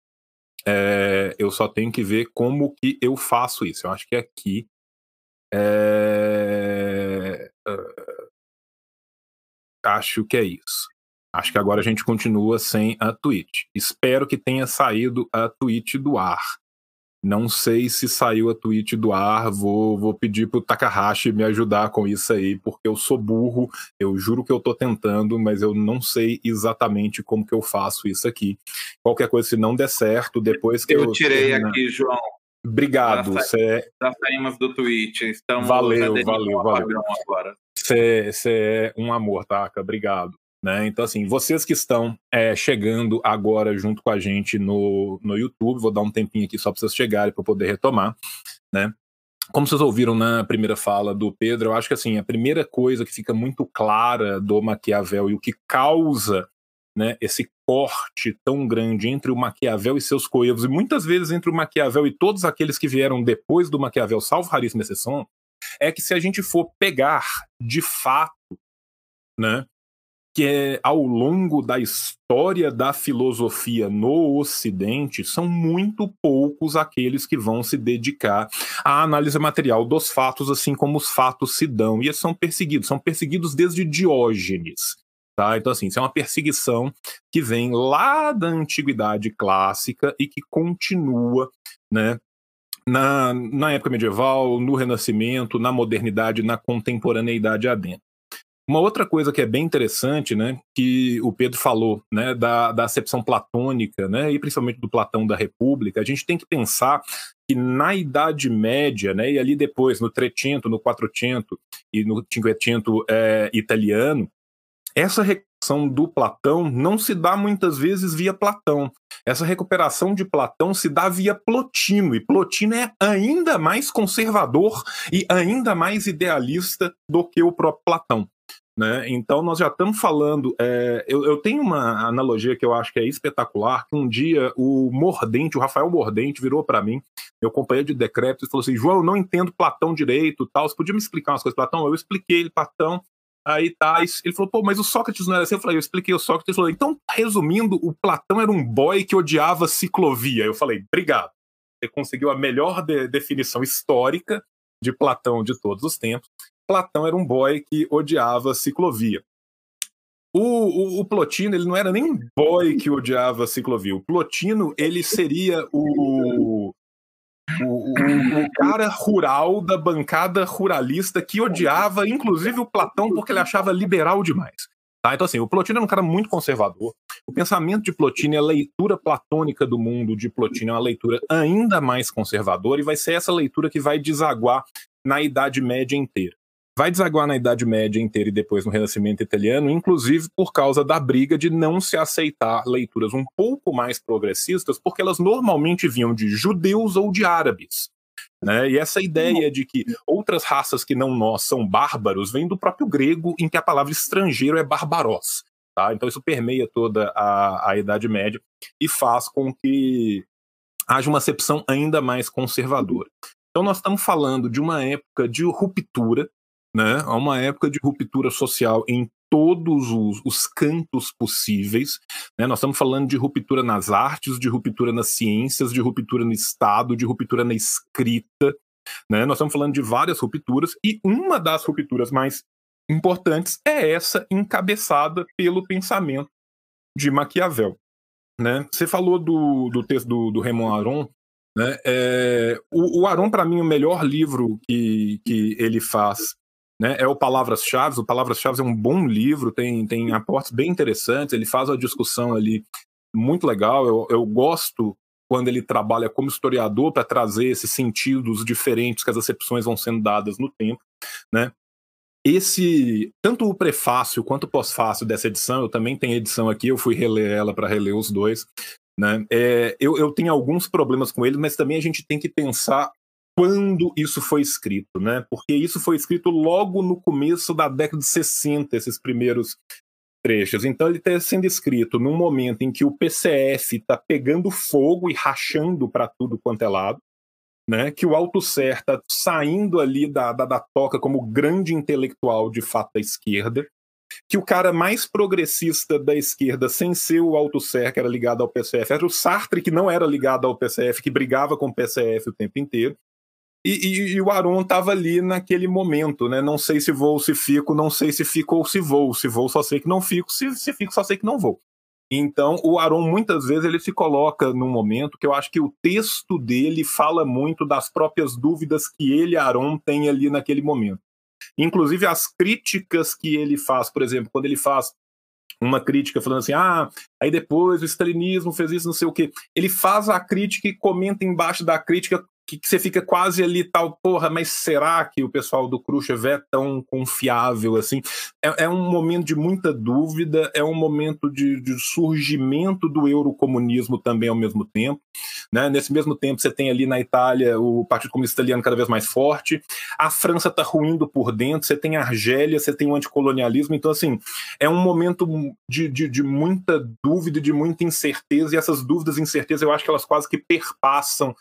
Eu só tenho que ver como que eu faço isso. Eu acho que aqui acho que é isso. Acho que agora a gente continua sem a Twitch. Espero que tenha saído a Twitch do ar. Não sei se saiu a Twitch do ar, vou pedir pro Takahashi me ajudar com isso aí, porque eu sou burro, eu juro que eu tô tentando, mas eu não sei exatamente como que eu faço isso aqui. Qualquer coisa, se não der certo, depois que eu tirei aqui, João. Obrigado. Já saímos do Twitch, estamos valeu. agora. Você é um amor, Taka, obrigado. Né? Então, assim, vocês que estão chegando agora junto com a gente no YouTube, vou dar um tempinho aqui só para vocês chegarem para poder retomar, né? Como vocês ouviram na primeira fala do Pedro, eu acho que assim, a primeira coisa que fica muito clara do Maquiavel e o que causa, né, esse corte tão grande entre o Maquiavel e seus coevos, e muitas vezes entre o Maquiavel e todos aqueles que vieram depois do Maquiavel, salvo raríssima exceção, é que se a gente for pegar de fato, né, que ao longo da história da filosofia no Ocidente, são muito poucos aqueles que vão se dedicar à análise material dos fatos, assim como os fatos se dão. E eles são perseguidos desde Diógenes. Tá? Então, assim, isso é uma perseguição que vem lá da Antiguidade Clássica e que continua, né, na época medieval, no Renascimento, na modernidade, na contemporaneidade adentro. Uma outra coisa que é bem interessante, né, que o Pedro falou, né, da acepção platônica, né, e principalmente do Platão da República, a gente tem que pensar que na Idade Média, né, e ali depois no Trecento, no Quattrocento e no Cinquecento italiano, essa recuperação do Platão não se dá muitas vezes via Platão. Essa recuperação de Platão se dá via Plotino, e Plotino é ainda mais conservador e ainda mais idealista do que o próprio Platão. Né? Então nós já estamos falando, eu tenho uma analogia que eu acho que é espetacular, que um dia o Rafael Mordente virou para mim, meu companheiro de decrépito, e falou assim: João, eu não entendo Platão direito, tal, você podia me explicar umas coisas de Platão? Eu expliquei ele Platão, aí tá, ele falou, pô, mas o Sócrates não era assim? Eu falei, eu expliquei o Sócrates, ele falou, então, resumindo, o Platão era um boy que odiava ciclovia. Eu falei, obrigado, você conseguiu a melhor definição histórica de Platão de todos os tempos. Platão era um boy que odiava ciclovia. O Plotino, ele não era nem um boy que odiava ciclovia. O Plotino, ele seria o cara rural da bancada ruralista que odiava, inclusive, o Platão porque ele achava liberal demais. Tá? Então, assim, o Plotino era um cara muito conservador. O pensamento de Plotino e a leitura platônica do mundo de Plotino é uma leitura ainda mais conservadora, e vai ser essa leitura que vai desaguar na Idade Média inteira. Vai desaguar na Idade Média inteira e depois no Renascimento italiano, inclusive por causa da briga de não se aceitar leituras um pouco mais progressistas, porque elas normalmente vinham de judeus ou de árabes. Né? E essa ideia de que outras raças que não nós são bárbaros vem do próprio grego, em que a palavra estrangeiro é barbaros. Tá? Então isso permeia toda a Idade Média e faz com que haja uma acepção ainda mais conservadora. Então nós estamos falando de uma época de ruptura, né? Uma época de ruptura social em todos os cantos possíveis, né? Nós estamos falando de ruptura nas artes, de ruptura nas ciências, de ruptura no Estado, de ruptura na escrita, né? Nós estamos falando de várias rupturas, e uma das rupturas mais importantes é essa encabeçada pelo pensamento de Maquiavel. Né? Você falou do texto do Raymond Aron, né? O Aron, para mim, o melhor livro que ele faz, né, é o Palavras-Chave. O Palavras-Chave é um bom livro, tem aportes bem interessantes, ele faz uma discussão ali muito legal. Eu gosto quando ele trabalha como historiador para trazer esses sentidos diferentes que as acepções vão sendo dadas no tempo, né? Tanto o prefácio quanto o pós-fácio dessa edição, eu também tenho edição aqui, eu fui reler ela para reler os dois, né? Eu tenho alguns problemas com ele, mas também a gente tem que pensar quando isso foi escrito, né? Porque isso foi escrito logo no começo da década de 60, esses primeiros trechos. Então ele está sendo escrito num momento em que o PCF está pegando fogo e rachando para tudo quanto é lado, né? Que o Althusser está saindo ali da toca como grande intelectual de fato da esquerda, que o cara mais progressista da esquerda, sem ser o Althusser, que era ligado ao PCF, era o Sartre, que não era ligado ao PCF, que brigava com o PCF o tempo inteiro. E o Aron estava ali naquele momento, né? Não sei se vou, se fico, não sei se fico ou se vou. Se vou, só sei que não fico, se fico, só sei que não vou. Então, o Aron, muitas vezes, ele se coloca num momento que eu acho que o texto dele fala muito das próprias dúvidas que ele, Aron, tem ali naquele momento. Inclusive, as críticas que ele faz, por exemplo, quando ele faz uma crítica falando assim, aí depois o stalinismo fez isso, não sei o quê. Ele faz a crítica e comenta embaixo da crítica que você fica quase ali tal, porra, mas será que o pessoal do Khrushchev é tão confiável assim? É um momento de muita dúvida, é um momento de surgimento do eurocomunismo também ao mesmo tempo, né? Nesse mesmo tempo você tem ali na Itália o Partido Comunista Italiano cada vez mais forte, a França está ruindo por dentro, você tem a Argélia, você tem o anticolonialismo, então assim, é um momento de muita dúvida, de muita incerteza, e essas dúvidas e incertezas eu acho que elas quase que perpassam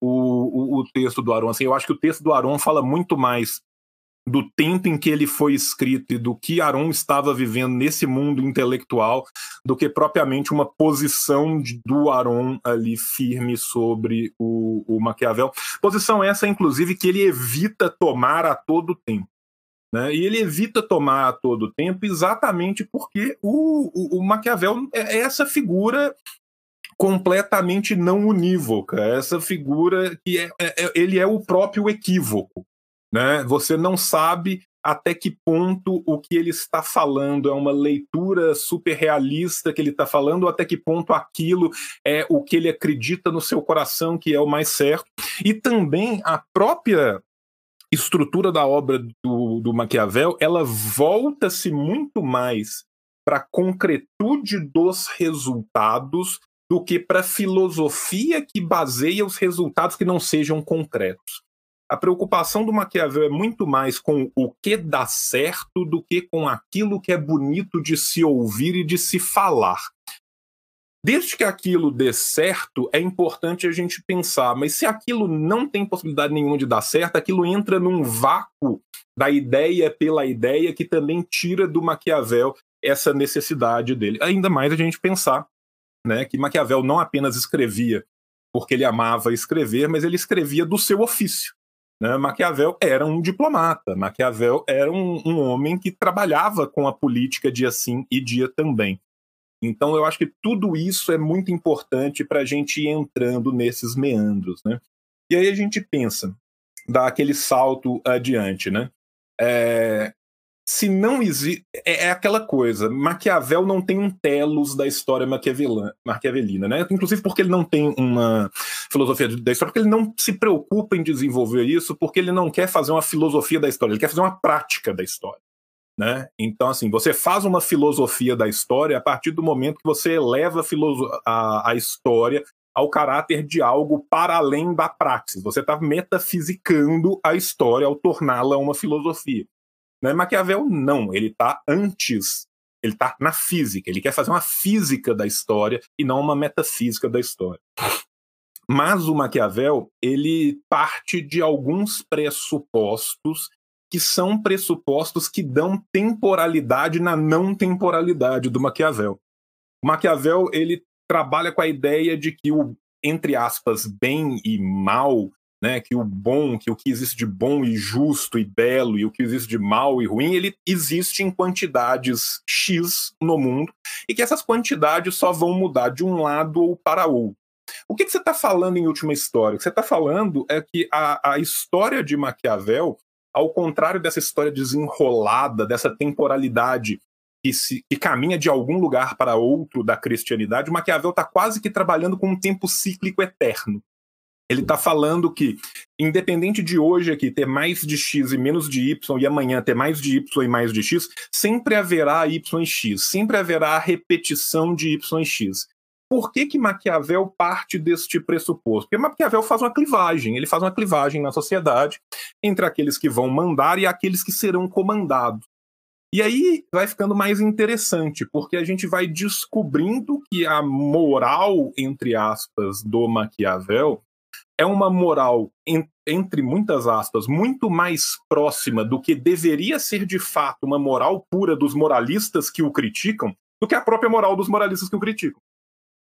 o texto do Aron. Assim, eu acho que o texto do Aron fala muito mais do tempo em que ele foi escrito e do que Aron estava vivendo nesse mundo intelectual do que propriamente uma posição do Aron ali firme sobre o Maquiavel. Posição essa, inclusive, que ele evita tomar a todo tempo. Né? E ele evita tomar a todo tempo exatamente porque o Maquiavel é essa figura completamente não unívoca, essa figura que ele é o próprio equívoco, né? Você não sabe até que ponto o que ele está falando é uma leitura super realista que ele está falando, ou até que ponto aquilo é o que ele acredita no seu coração que é o mais certo. E também a própria estrutura da obra do Maquiavel, ela volta-se muito mais para a concretude dos resultados do que para a filosofia que baseia os resultados que não sejam concretos. A preocupação do Maquiavel é muito mais com o que dá certo do que com aquilo que é bonito de se ouvir e de se falar. Desde que aquilo dê certo, é importante a gente pensar, mas se aquilo não tem possibilidade nenhuma de dar certo, aquilo entra num vácuo da ideia pela ideia que também tira do Maquiavel essa necessidade dele. Ainda mais a gente pensar, né, que Maquiavel não apenas escrevia porque ele amava escrever, mas ele escrevia do seu ofício. Né? Maquiavel era um diplomata, Maquiavel era um homem que trabalhava com a política dia sim e dia também. Então eu acho que tudo isso é muito importante para a gente ir entrando nesses meandros. Né? E aí a gente pensa, dá aquele salto adiante, né? Se não existe. É aquela coisa. Maquiavel não tem um telos da história maquiavelina, né? Inclusive porque ele não tem uma filosofia da história, porque ele não se preocupa em desenvolver isso, porque ele não quer fazer uma filosofia da história, ele quer fazer uma prática da história. Né? Então, assim, você faz uma filosofia da história a partir do momento que você eleva a história ao caráter de algo para além da praxis. Você está metafisicando a história ao torná-la uma filosofia. Né? Maquiavel não, ele está antes, ele está na física, ele quer fazer uma física da história e não uma metafísica da história. Mas o Maquiavel, ele parte de alguns pressupostos que são pressupostos que dão temporalidade na não temporalidade do Maquiavel. O Maquiavel, ele trabalha com a ideia de que o, entre aspas, bem e mal, né, que o bom, que o que existe de bom e justo e belo e o que existe de mal e ruim, ele existe em quantidades X no mundo e que essas quantidades só vão mudar de um lado ou para outro. O que você está falando em última história? O que você está falando é que a história de Maquiavel, ao contrário dessa história desenrolada, dessa temporalidade que caminha de algum lugar para outro da cristianidade, o Maquiavel está quase que trabalhando com um tempo cíclico eterno. Ele está falando que, independente de hoje aqui ter mais de X e menos de Y, e amanhã ter mais de Y e mais de X, sempre haverá Y e X, sempre haverá a repetição de Y e X. Por que Maquiavel parte deste pressuposto? Porque Maquiavel faz uma clivagem, ele faz uma clivagem na sociedade entre aqueles que vão mandar e aqueles que serão comandados. E aí vai ficando mais interessante, porque a gente vai descobrindo que a moral, entre aspas, do Maquiavel é uma moral, entre muitas aspas, muito mais próxima do que deveria ser de fato uma moral pura dos moralistas que o criticam, do que a própria moral dos moralistas que o criticam.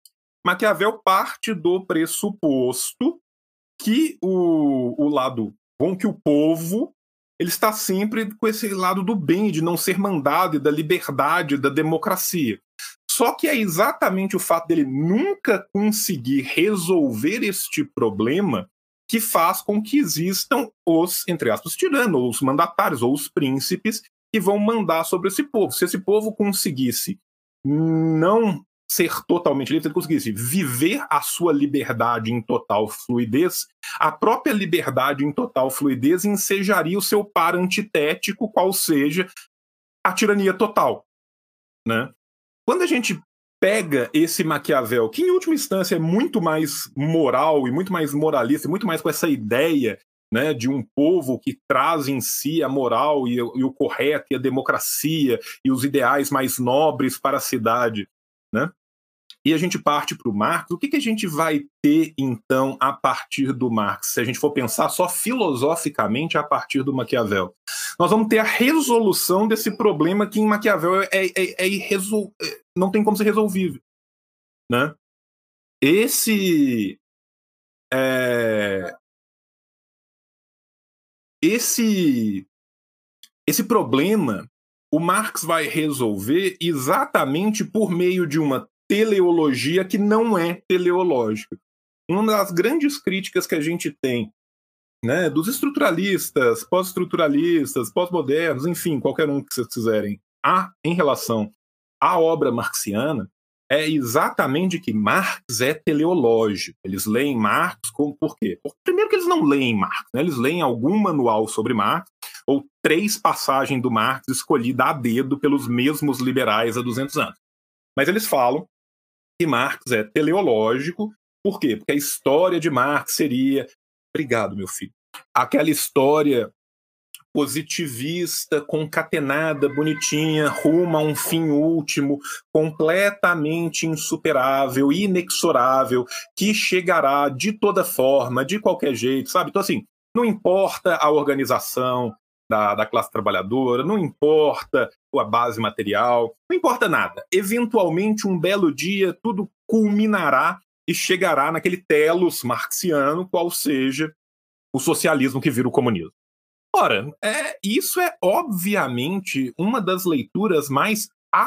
Maquiavel parte do pressuposto que o lado bom que o povo ele está sempre com esse lado do bem, de não ser mandado, e da liberdade, da democracia. Só que é exatamente o fato dele nunca conseguir resolver este problema que faz com que existam os, entre aspas, tiranos, ou os mandatários, ou os príncipes, que vão mandar sobre esse povo. Se esse povo conseguisse não ser totalmente livre, se ele conseguisse viver a sua liberdade em total fluidez, a própria liberdade em total fluidez ensejaria o seu par antitético, qual seja a tirania total, né? Quando a gente pega esse Maquiavel, que em última instância é muito mais moral e muito mais moralista, e muito mais com essa ideia, né, de um povo que traz em si a moral e o correto e a democracia e os ideais mais nobres para a cidade, né? E a gente parte para o Marx. O que a gente vai ter, então, a partir do Marx? Se a gente for pensar só filosoficamente a partir do Maquiavel, nós vamos ter a resolução desse problema que em Maquiavel não tem como ser resolvível, né? Esse problema o Marx vai resolver exatamente por meio de uma teleologia que não é teleológica. Uma das grandes críticas que a gente tem, né, dos estruturalistas, pós-estruturalistas, pós-modernos, enfim, qualquer um que vocês quiserem, em relação à obra marxiana, é exatamente que Marx é teleológico. Eles leem Marx por quê? Primeiro que eles não leem Marx, né? Eles leem algum manual sobre Marx, ou 3 passagens do Marx escolhidas a dedo pelos mesmos liberais há 200 anos. Mas eles falam que Marx é teleológico. Por quê? Porque a história de Marx seria... Obrigado, meu filho. Aquela história positivista, concatenada, bonitinha, rumo a um fim último, completamente insuperável, inexorável, que chegará de toda forma, de qualquer jeito, sabe? Então, assim, não importa a organização da classe trabalhadora, não importa a base material, não importa nada. Eventualmente, um belo dia, tudo culminará e chegará naquele telos marxiano, qual seja o socialismo que vira o comunismo. Ora, isso é obviamente uma das leituras mais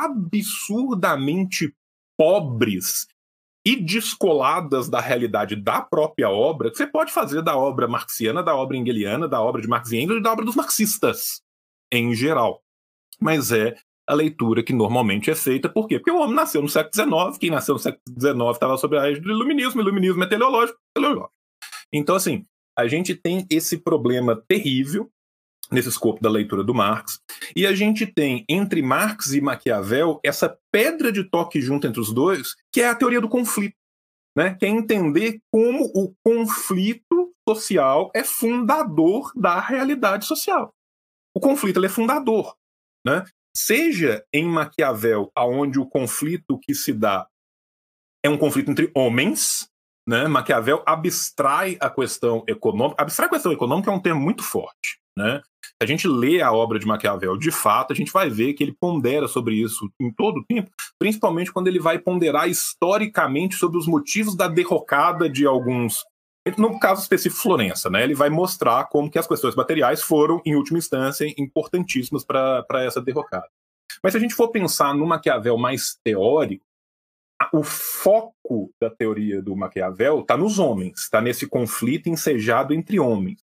absurdamente pobres e descoladas da realidade da própria obra que você pode fazer da obra marxiana, da obra engeliana, da obra de Marx e Engels e da obra dos marxistas, em geral. Mas é a leitura que normalmente é feita. Por quê? Porque o homem nasceu no século XIX, quem nasceu no século XIX estava sob a égide do iluminismo, iluminismo é teleológico. Então, assim, a gente tem esse problema terrível nesse escopo da leitura do Marx, e a gente tem, entre Marx e Maquiavel, essa pedra de toque junto entre os dois, que é a teoria do conflito, né? Que é entender como o conflito social é fundador da realidade social. O conflito ele é fundador, né? Seja em Maquiavel, onde o conflito que se dá é um conflito entre homens, né? Maquiavel abstrai a questão econômica. Abstrai a questão econômica é um termo muito forte, né? Se a gente lê a obra de Maquiavel de fato, a gente vai ver que ele pondera sobre isso em todo o tempo, principalmente quando ele vai ponderar historicamente sobre os motivos da derrocada de alguns... No caso específico, Florença, né? Ele vai mostrar como que as questões materiais foram, em última instância, importantíssimas para essa derrocada. Mas se a gente for pensar no Maquiavel mais teórico, o foco da teoria do Maquiavel está nos homens, está nesse conflito ensejado entre homens.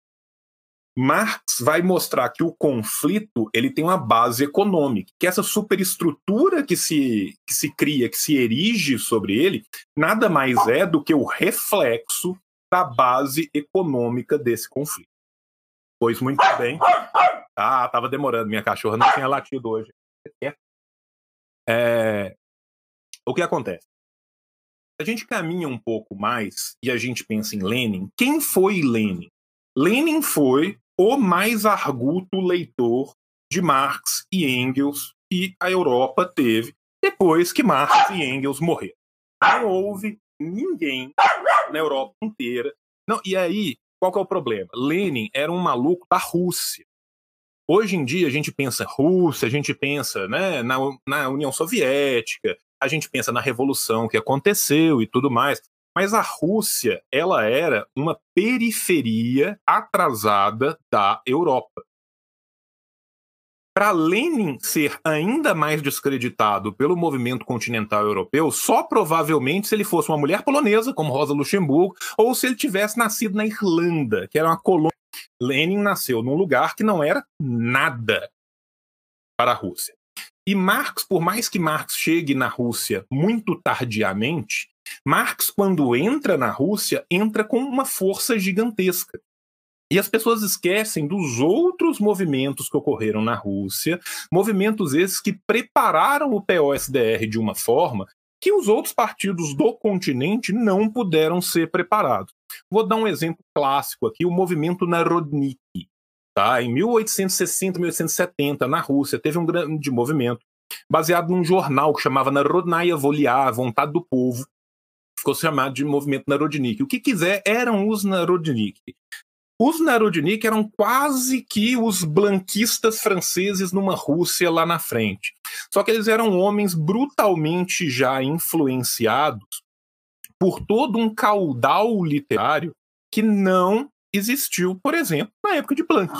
Marx vai mostrar que o conflito ele tem uma base econômica, que essa superestrutura que se cria, que se erige sobre ele, nada mais é do que o reflexo da base econômica desse conflito. Pois muito bem. Tava demorando, minha cachorra não tinha latido hoje. O que acontece? A gente caminha um pouco mais e a gente pensa em Lenin. Quem foi Lenin? Lenin foi o mais arguto leitor de Marx e Engels que a Europa teve depois que Marx e Engels morreram. Não houve ninguém na Europa inteira. Não, e aí, qual que é o problema? Lenin era um maluco da Rússia. Hoje em dia a gente pensa Rússia, a gente pensa, né, na União Soviética, a gente pensa na revolução que aconteceu e tudo mais. Mas a Rússia, ela era uma periferia atrasada da Europa. Para Lenin ser ainda mais descreditado pelo movimento continental europeu, só provavelmente se ele fosse uma mulher polonesa, como Rosa Luxemburgo, ou se ele tivesse nascido na Irlanda, que era uma colônia. Lenin nasceu num lugar que não era nada para a Rússia. E Marx, por mais que Marx chegue na Rússia muito tardiamente, Marx, quando entra na Rússia, entra com uma força gigantesca. E as pessoas esquecem dos outros movimentos que ocorreram na Rússia, movimentos esses que prepararam o POSDR de uma forma que os outros partidos do continente não puderam ser preparados. Vou dar um exemplo clássico aqui, o movimento Narodniki. Tá? Em 1860, 1870, na Rússia, teve um grande movimento baseado num jornal que chamava Narodnaya Volia, a Vontade do Povo, ficou chamado de movimento Narodniki. O que quiser eram os Narodniki. Os Narodnik eram quase que os blanquistas franceses numa Rússia lá na frente. Só que eles eram homens brutalmente já influenciados por todo um caudal literário que não existiu, por exemplo, na época de Planck.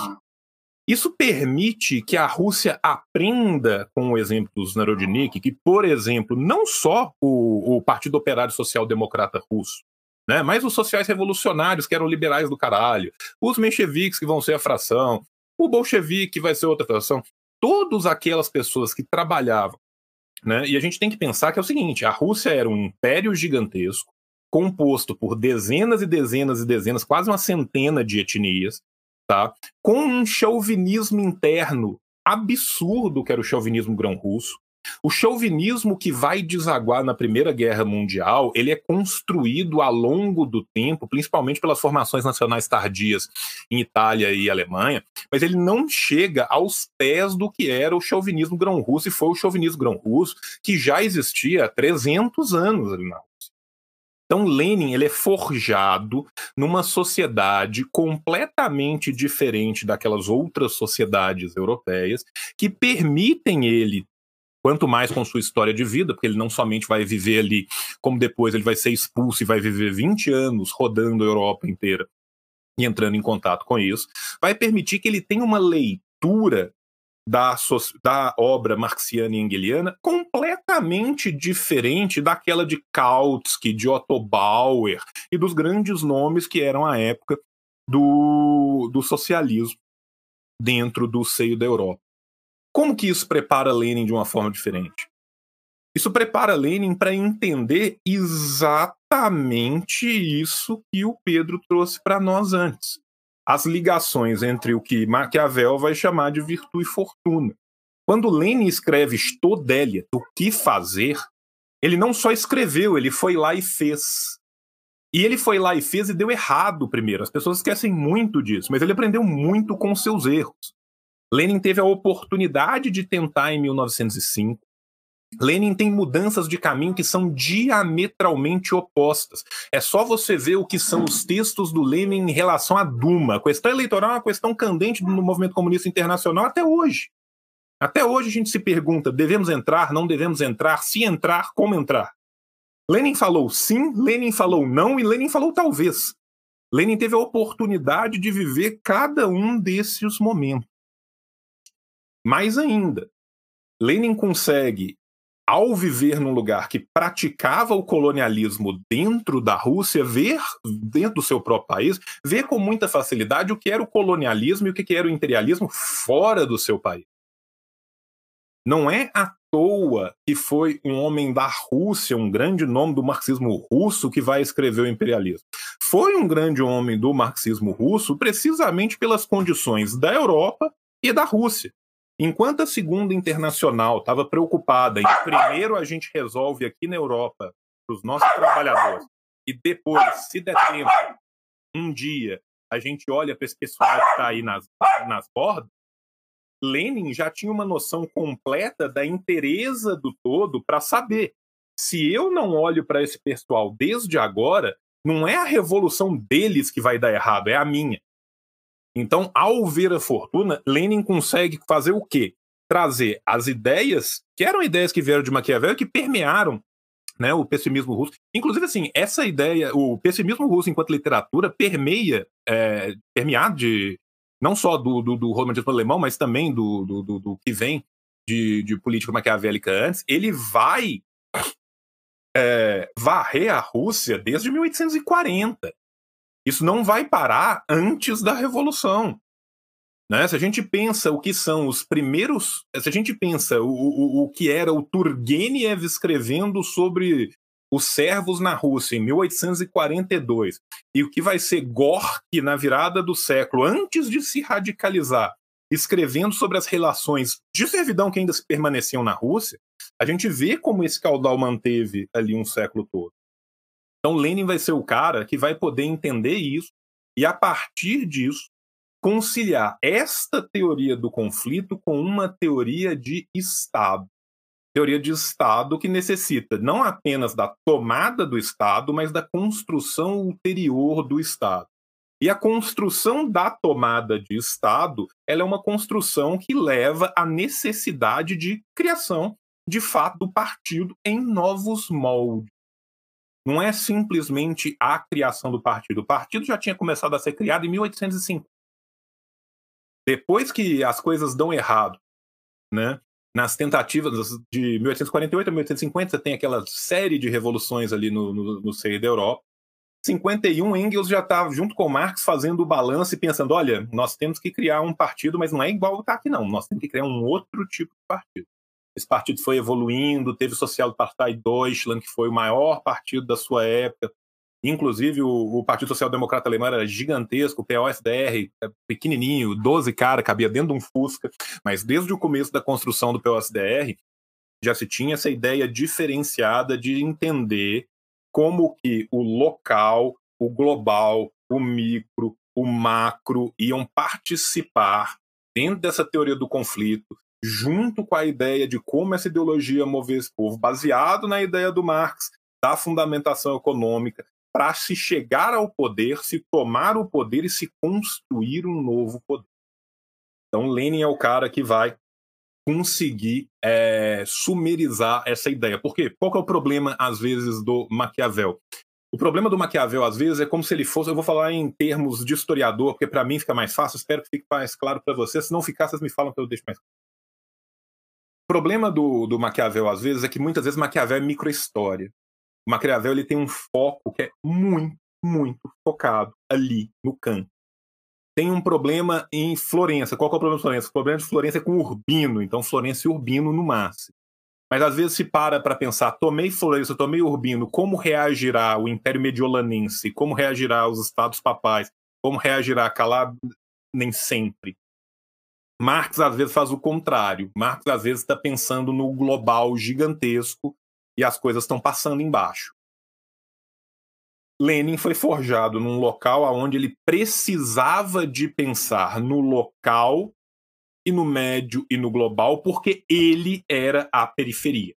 Isso permite que a Rússia aprenda com o exemplo dos Narodnik, que, por exemplo, não só o Partido Operário Social Democrata Russo, né, mas os sociais revolucionários, que eram liberais do caralho, os mencheviques, que vão ser a fração, o bolchevique, que vai ser outra fração, todas aquelas pessoas que trabalhavam. Né, e a gente tem que pensar que é o seguinte, a Rússia era um império gigantesco, composto por dezenas e dezenas e dezenas, quase uma centena de etnias, tá, com um chauvinismo interno absurdo, que era o chauvinismo grão-russo. O chauvinismo que vai desaguar na Primeira Guerra Mundial, ele é construído ao longo do tempo, principalmente pelas formações nacionais tardias em Itália e Alemanha, mas ele não chega aos pés do que era o chauvinismo grão-russo, e foi o chauvinismo grão-russo que já existia há 300 anos ali na Rússia. Então Lenin, ele é forjado numa sociedade completamente diferente daquelas outras sociedades europeias que permitem ele, quanto mais com sua história de vida, porque ele não somente vai viver ali, como depois ele vai ser expulso e vai viver 20 anos rodando a Europa inteira e entrando em contato com isso, vai permitir que ele tenha uma leitura da obra marxiana e engeliana completamente diferente daquela de Kautsky, de Otto Bauer e dos grandes nomes que eram à época do socialismo dentro do seio da Europa. Como que isso prepara Lenin de uma forma diferente? Isso prepara Lenin para entender exatamente isso que o Pedro trouxe para nós antes. As ligações entre o que Maquiavel vai chamar de virtude e fortuna. Quando Lenin escreve Stodélia, o que fazer, ele não só escreveu, ele foi lá e fez. E ele foi lá e fez e deu errado primeiro. As pessoas esquecem muito disso, mas ele aprendeu muito com seus erros. Lenin teve a oportunidade de tentar em 1905. Lenin tem mudanças de caminho que são diametralmente opostas. É só você ver o que são os textos do Lenin em relação à Duma. A questão eleitoral é uma questão candente no movimento comunista internacional até hoje. Até hoje a gente se pergunta, devemos entrar, não devemos entrar, se entrar, como entrar? Lenin falou sim, Lenin falou não e Lenin falou talvez. Lenin teve a oportunidade de viver cada um desses momentos. Mais ainda, Lenin consegue, ao viver num lugar que praticava o colonialismo dentro da Rússia, ver, dentro do seu próprio país, ver com muita facilidade o que era o colonialismo e o que era o imperialismo fora do seu país. Não é à toa que foi um homem da Rússia, um grande nome do marxismo russo, que vai escrever o imperialismo. Foi um grande homem do marxismo russo precisamente pelas condições da Europa e da Rússia. Enquanto a Segunda Internacional estava preocupada em primeiro a gente resolve aqui na Europa para os nossos trabalhadores e depois, se der tempo, um dia a gente olha para esse pessoal que está aí nas bordas, Lenin já tinha uma noção completa da inteireza do todo para saber, se eu não olho para esse pessoal desde agora, não é a revolução deles que vai dar errado, é a minha. Então, ao ver a fortuna, Lenin consegue fazer o quê? Trazer as ideias, que eram ideias que vieram de Maquiavel e que permearam né, o pessimismo russo. Inclusive, assim, essa ideia, o pessimismo russo enquanto literatura permeado não só do romantismo alemão, mas também do que vem de política maquiavélica antes, ele vai varrer a Rússia desde 1840. Isso não vai parar antes da Revolução. Né? Se a gente pensa o que são os primeiros... Se a gente pensa o que era o Turgenev escrevendo sobre os servos na Rússia em 1842 e o que vai ser Gorky na virada do século, antes de se radicalizar, escrevendo sobre as relações de servidão que ainda permaneciam na Rússia, a gente vê como esse caudal manteve ali um século todo. Então Lenin vai ser o cara que vai poder entender isso e, a partir disso, conciliar esta teoria do conflito com uma teoria de Estado. Teoria de Estado que necessita não apenas da tomada do Estado, mas da construção ulterior do Estado. E a construção da tomada de Estado, ela é uma construção que leva à necessidade de criação, de fato, do partido em novos moldes. Não é simplesmente a criação do partido. O partido já tinha começado a ser criado em 1850. Depois que as coisas dão errado, né, nas tentativas de 1848 a 1850, você tem aquela série de revoluções ali no seio da Europa. Em 51, Engels já estava junto com Marx fazendo o balanço e pensando, olha, nós temos que criar um partido, mas não é igual está aqui não, nós temos que criar um outro tipo de partido. Esse partido foi evoluindo, teve o Sozialpartei Deutschland, que foi o maior partido da sua época. Inclusive, o Partido Social Democrata Alemão era gigantesco, o POSDR, pequenininho, 12 caras, cabia dentro de um Fusca. Mas desde o começo da construção do POSDR, já se tinha essa ideia diferenciada de entender como que o local, o global, o micro, o macro iam participar dentro dessa teoria do conflito, junto com a ideia de como essa ideologia mover esse povo, baseado na ideia do Marx, da fundamentação econômica, para se chegar ao poder, se tomar o poder e se construir um novo poder. Então, Lenin é o cara que vai conseguir sumerizar essa ideia. Por quê? Qual que é o problema, às vezes, do Maquiavel? O problema do Maquiavel, às vezes, é como se ele fosse... Eu vou falar em termos de historiador, porque para mim fica mais fácil, espero que fique mais claro para vocês. Se não ficar, vocês me falam que eu deixo mais claro. O problema do Maquiavel, às vezes, é que muitas vezes Maquiavel é microhistória. O Maquiavel ele tem um foco que é muito, muito focado ali no campo. Tem um problema em Florença. Qual que é o problema de Florença? O problema de Florença é com Urbino, então Florença e Urbino no máximo. Mas às vezes se para pensar, tomei Florença, tomei Urbino, como reagirá o Império Mediolanense, como reagirá os Estados Papais, como reagirá Calab... Nem sempre. Marx às vezes faz o contrário. Marx às vezes está pensando no global gigantesco e as coisas estão passando embaixo. Lenin foi forjado num local onde ele precisava de pensar no local e no médio e no global, porque ele era a periferia.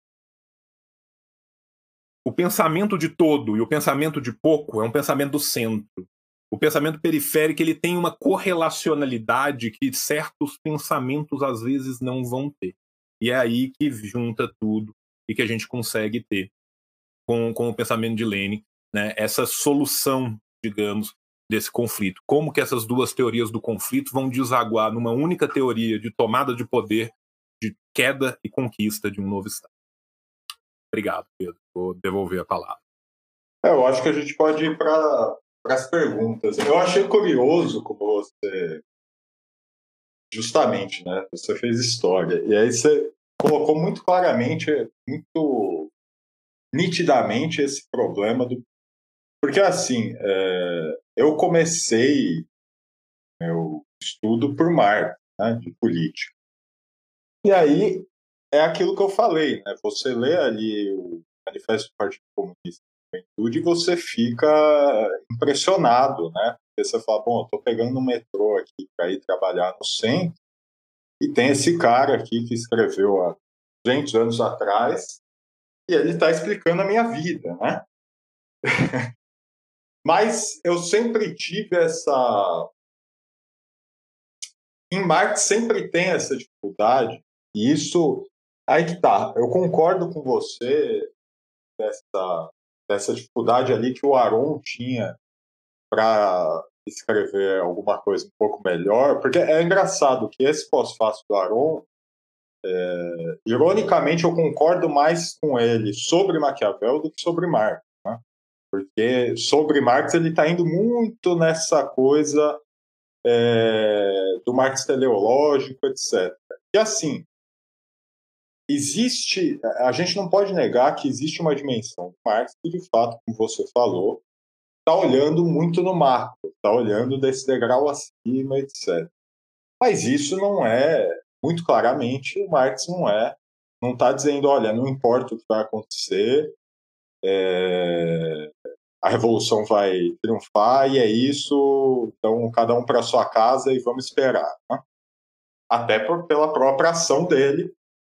O pensamento de todo e o pensamento de pouco é um pensamento do centro. O pensamento periférico ele tem uma correlacionalidade que certos pensamentos às vezes não vão ter. E é aí que junta tudo e que a gente consegue ter com o pensamento de Lenin, né, essa solução, digamos, desse conflito. Como que essas duas teorias do conflito vão desaguar numa única teoria de tomada de poder, de queda e conquista de um novo Estado. Obrigado, Pedro. Vou devolver a palavra. Eu acho que a gente pode ir para as perguntas. Eu achei curioso como você... Justamente, né? Você fez história. E aí você colocou muito claramente, muito nitidamente esse problema do... Porque, assim, eu comecei meu estudo por Marx, né, de política. E aí é aquilo que eu falei, né? Você lê ali o Manifesto do Partido Comunista da Juventude e você fica impressionado, né? Porque você fala, bom, eu estou pegando um metrô aqui para ir trabalhar no centro e tem esse cara aqui que escreveu há 200 anos atrás e ele está explicando a minha vida, né? Mas eu sempre tive essa... Em Marx sempre tem essa dificuldade, e isso... Aí que tá, eu concordo com você dessa dificuldade ali que o Aron tinha para escrever alguma coisa um pouco melhor, porque é engraçado que esse pós-fácil do Aron, ironicamente, eu concordo mais com ele sobre Maquiavel do que sobre Marx, né? Porque sobre Marx ele está indo muito nessa coisa do Marx teleológico, etc. E assim, a gente não pode negar que existe uma dimensão do Marx que, de fato, como você falou, está olhando muito no macro, está olhando desse degrau acima, etc. Mas isso não é, muito claramente, o Marx não está dizendo, olha, não importa o que vai acontecer, a revolução vai triunfar e é isso, então cada um para sua casa e vamos esperar. Né? Até pela própria ação dele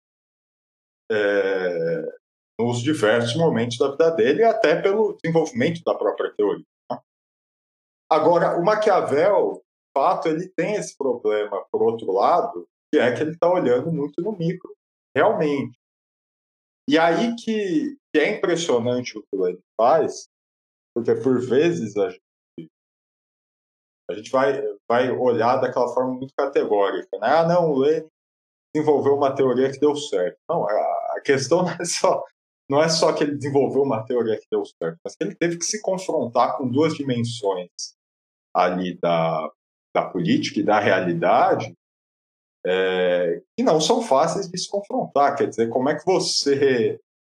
nos diversos momentos da vida dele e até pelo desenvolvimento da própria teoria. Né? Agora, o Maquiavel, de fato, ele tem esse problema, por outro lado, que é que ele está olhando muito no micro, realmente. E aí que é impressionante o que ele faz, porque por vezes a gente vai olhar daquela forma muito categórica. Né? Ah, não, o Lenin desenvolveu uma teoria que deu certo. Não, a questão não é só que ele desenvolveu uma teoria que deu certo, mas que ele teve que se confrontar com duas dimensões ali da política e da realidade que não são fáceis de se confrontar. Quer dizer, como é que você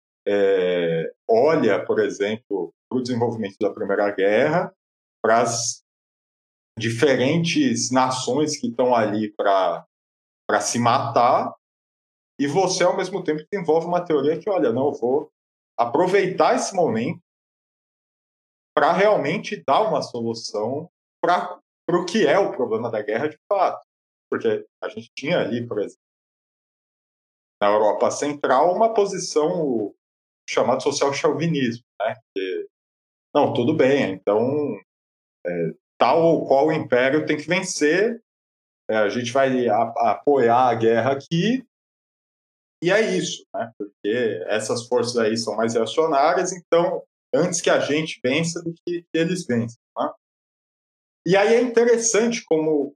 olha, por exemplo, para o desenvolvimento da Primeira Guerra, para as diferentes nações que estão ali para se matar, e você, ao mesmo tempo, desenvolve uma teoria que, olha, não, eu vou aproveitar esse momento para realmente dar uma solução para o que é o problema da guerra de fato. Porque a gente tinha ali, por exemplo, na Europa Central, uma posição chamada social-chauvinismo, né? Que, não, tudo bem, então tal ou qual império tem que vencer, a gente vai apoiar a guerra aqui, e é isso, né? Porque essas forças aí são mais reacionárias, então, antes que a gente vença do que eles vencem. Né? E aí é interessante como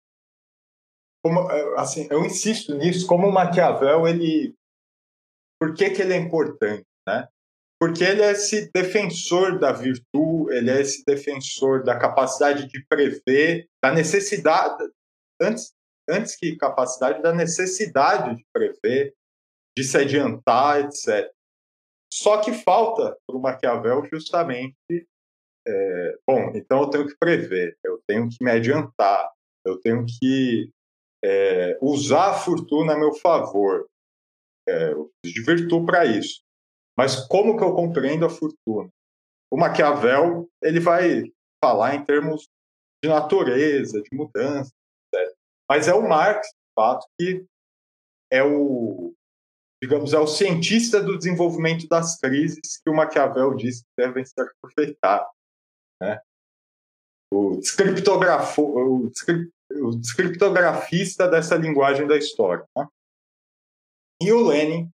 assim, eu insisto nisso, como o Maquiavel, por que ele é importante, né? Porque ele é esse defensor da virtude, ele é esse defensor da capacidade de prever, da necessidade, antes que capacidade, da necessidade de prever, de se adiantar, etc. Só que falta para o Maquiavel justamente, bom, então eu tenho que prever, eu tenho que me adiantar, eu tenho que usar a fortuna a meu favor, eu preciso de virtude para isso. Mas como que eu compreendo a fortuna? O Maquiavel ele vai falar em termos de natureza, de mudança, etc. Mas é o Marx, de fato, que é digamos, é o cientista do desenvolvimento das crises que o Maquiavel diz que devem ser aproveitadas. Né? O descriptografista dessa linguagem da história. Né? E o Lenin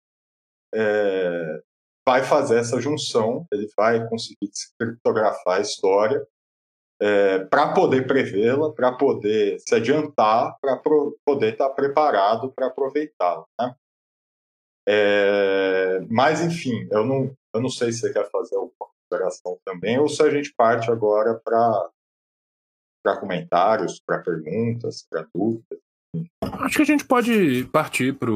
vai fazer essa junção, ele vai conseguir descriptografar a história para poder prevê-la, para poder se adiantar, para poder estar preparado para aproveitá-la. Né? Mas, enfim, eu não sei se você quer fazer alguma consideração também, ou se a gente parte agora para comentários, para perguntas, para dúvidas. Acho que a gente pode partir para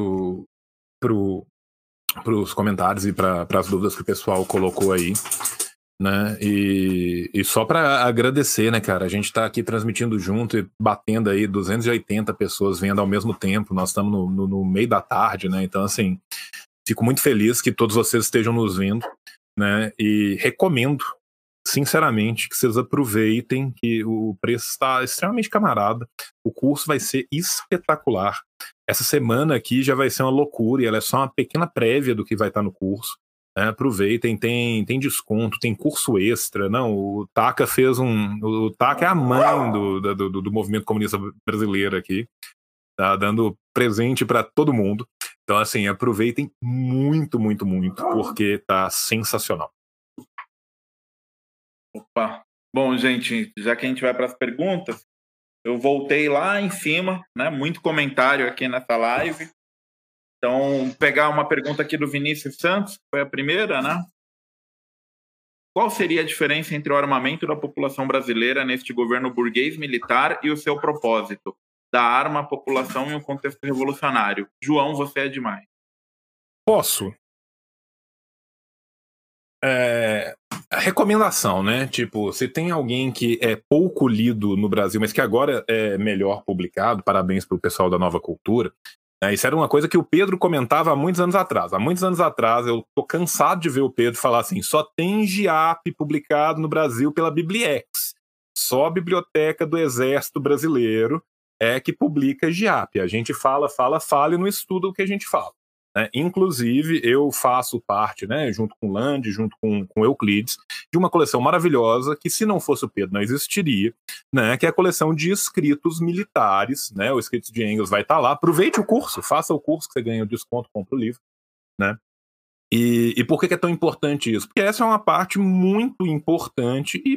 os comentários e para as dúvidas que o pessoal colocou aí, né? E só para agradecer, né, cara? A gente está aqui transmitindo junto e batendo aí 280 pessoas vendo ao mesmo tempo. Nós estamos no meio da tarde, né? Então, assim, fico muito feliz que todos vocês estejam nos vendo, né? E recomendo, sinceramente, que vocês aproveitem, que o preço está extremamente camarada. O curso vai ser espetacular. Essa semana aqui já vai ser uma loucura e ela é só uma pequena prévia do que vai estar no curso. Aproveitem, tem desconto, tem curso extra. Não, o Taka o Taka é a mãe do movimento comunista brasileiro aqui. Tá dando presente para todo mundo. Então, assim, aproveitem muito, muito, muito, porque tá sensacional. Opa. Bom, gente, já que a gente vai para as perguntas, eu voltei lá em cima, né? Muito comentário aqui nessa live. Então, pegar uma pergunta aqui do Vinícius Santos, foi a primeira, né? Qual seria a diferença entre o armamento da população brasileira neste governo burguês militar e o seu propósito? Da arma à população em um contexto revolucionário. João, você é demais. Posso? A recomendação, né? Tipo, se tem alguém que é pouco lido no Brasil, mas que agora é melhor publicado, parabéns pro pessoal da Nova Cultura. Isso era uma coisa que o Pedro comentava há muitos anos atrás. Há muitos anos atrás, eu tô cansado de ver o Pedro falar assim, só tem GIAP publicado no Brasil pela Bibliex. Só a Biblioteca do Exército Brasileiro é que publica GIAP. A gente fala e não estuda o que a gente fala. Né? Inclusive, eu faço parte, né, junto com o Land, junto com Euclides, de uma coleção maravilhosa que, se não fosse o Pedro, não existiria, né, que é a coleção de escritos militares, né, o Escritos de Engels vai estar lá. Aproveite o curso, faça o curso que você ganha o desconto, compra o livro. Né? E por que é tão importante isso? Porque essa é uma parte muito importante e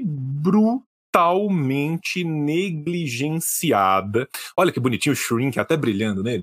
brutalmente negligenciada. Olha que bonitinho o Shrink, até brilhando nele.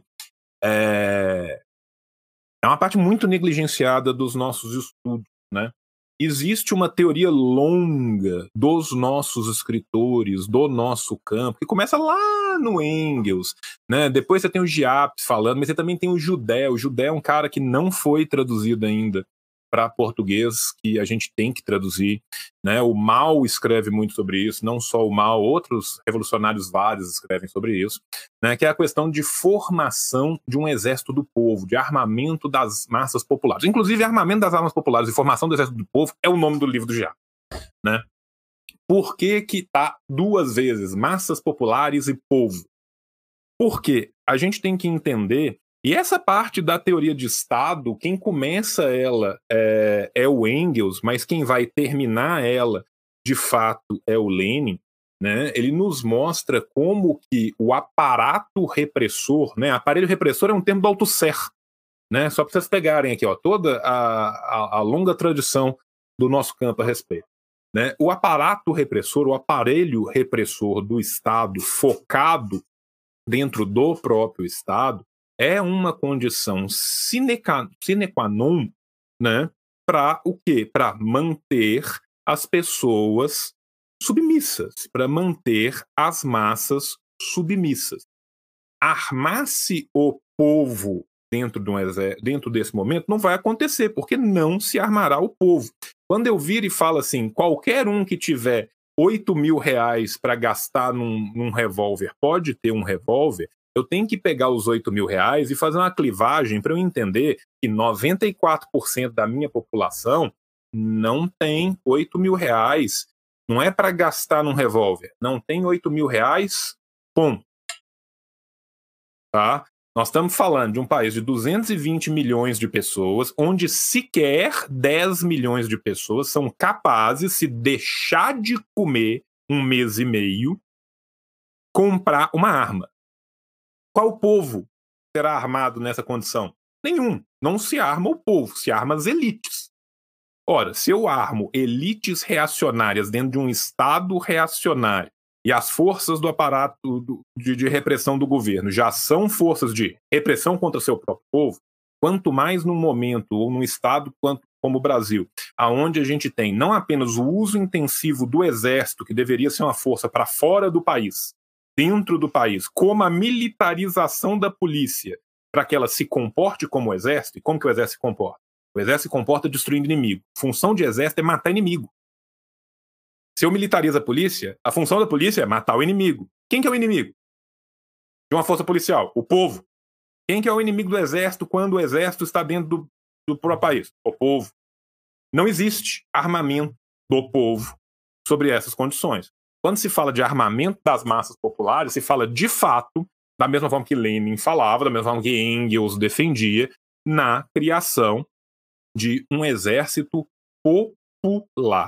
É uma parte muito negligenciada dos nossos estudos, né? Existe uma teoria longa dos nossos escritores, do nosso campo, que começa lá no Engels, né? Depois você tem o Giap falando, mas você também tem o Judé. O Judé é um cara que não foi traduzido ainda para português, que a gente tem que traduzir, né? O Mao escreve muito sobre isso, não só o Mao, outros revolucionários vários escrevem sobre isso, né? Que é a questão de formação de um exército do povo, de armamento das massas populares. Inclusive, armamento das armas populares e formação do exército do povo é o nome do livro do Giap, né? Por que que tá duas vezes massas populares e povo? Porque a gente tem que entender. E essa parte da teoria de Estado, quem começa ela é o Engels, mas quem vai terminar ela, de fato, é o Lenin. Né? Ele nos mostra como que o aparato repressor, né? Aparelho repressor é um termo do Althusser, né? Só para vocês pegarem aqui, ó, toda a longa tradição do nosso campo a respeito. Né? O aparato repressor, o aparelho repressor do Estado focado dentro do próprio Estado, é uma condição sine qua non, né, para o quê? Para manter as pessoas submissas, para manter as massas submissas. Armar-se o povo dentro desse momento não vai acontecer, porque não se armará o povo. Quando eu viro e falo assim, qualquer um que tiver R$8.000 para gastar num revólver pode ter um revólver, eu tenho que pegar os R$8.000 e fazer uma clivagem para eu entender que 94% da minha população não tem R$8.000. Não é para gastar num revólver. Não tem R$8.000, ponto. Tá? Nós estamos falando de um país de 220 milhões de pessoas, onde sequer 10 milhões de pessoas são capazes, se deixar de comer 1 mês e meio, comprar uma arma. Qual povo será armado nessa condição? Nenhum. Não se arma o povo, se arma as elites. Ora, se eu armo elites reacionárias dentro de um Estado reacionário, e as forças do aparato de repressão do governo já são forças de repressão contra seu próprio povo, quanto mais num momento ou num Estado como o Brasil, aonde a gente tem não apenas o uso intensivo do exército, que deveria ser uma força para fora do país, dentro do país, como a militarização da polícia, para que ela se comporte como o exército. E como que o exército se comporta? O exército se comporta destruindo inimigo. Função de exército é matar inimigo. Se eu militarizo a polícia, a função da polícia é matar o inimigo. Quem que é o inimigo de uma força policial? O povo. Quem que é o inimigo do exército quando o exército está dentro do próprio país? O povo. Não existe armamento do povo sobre essas condições. Quando se fala de armamento das massas populares, se fala de fato, da mesma forma que Lenin falava, da mesma forma que Engels defendia, na criação de um exército popular,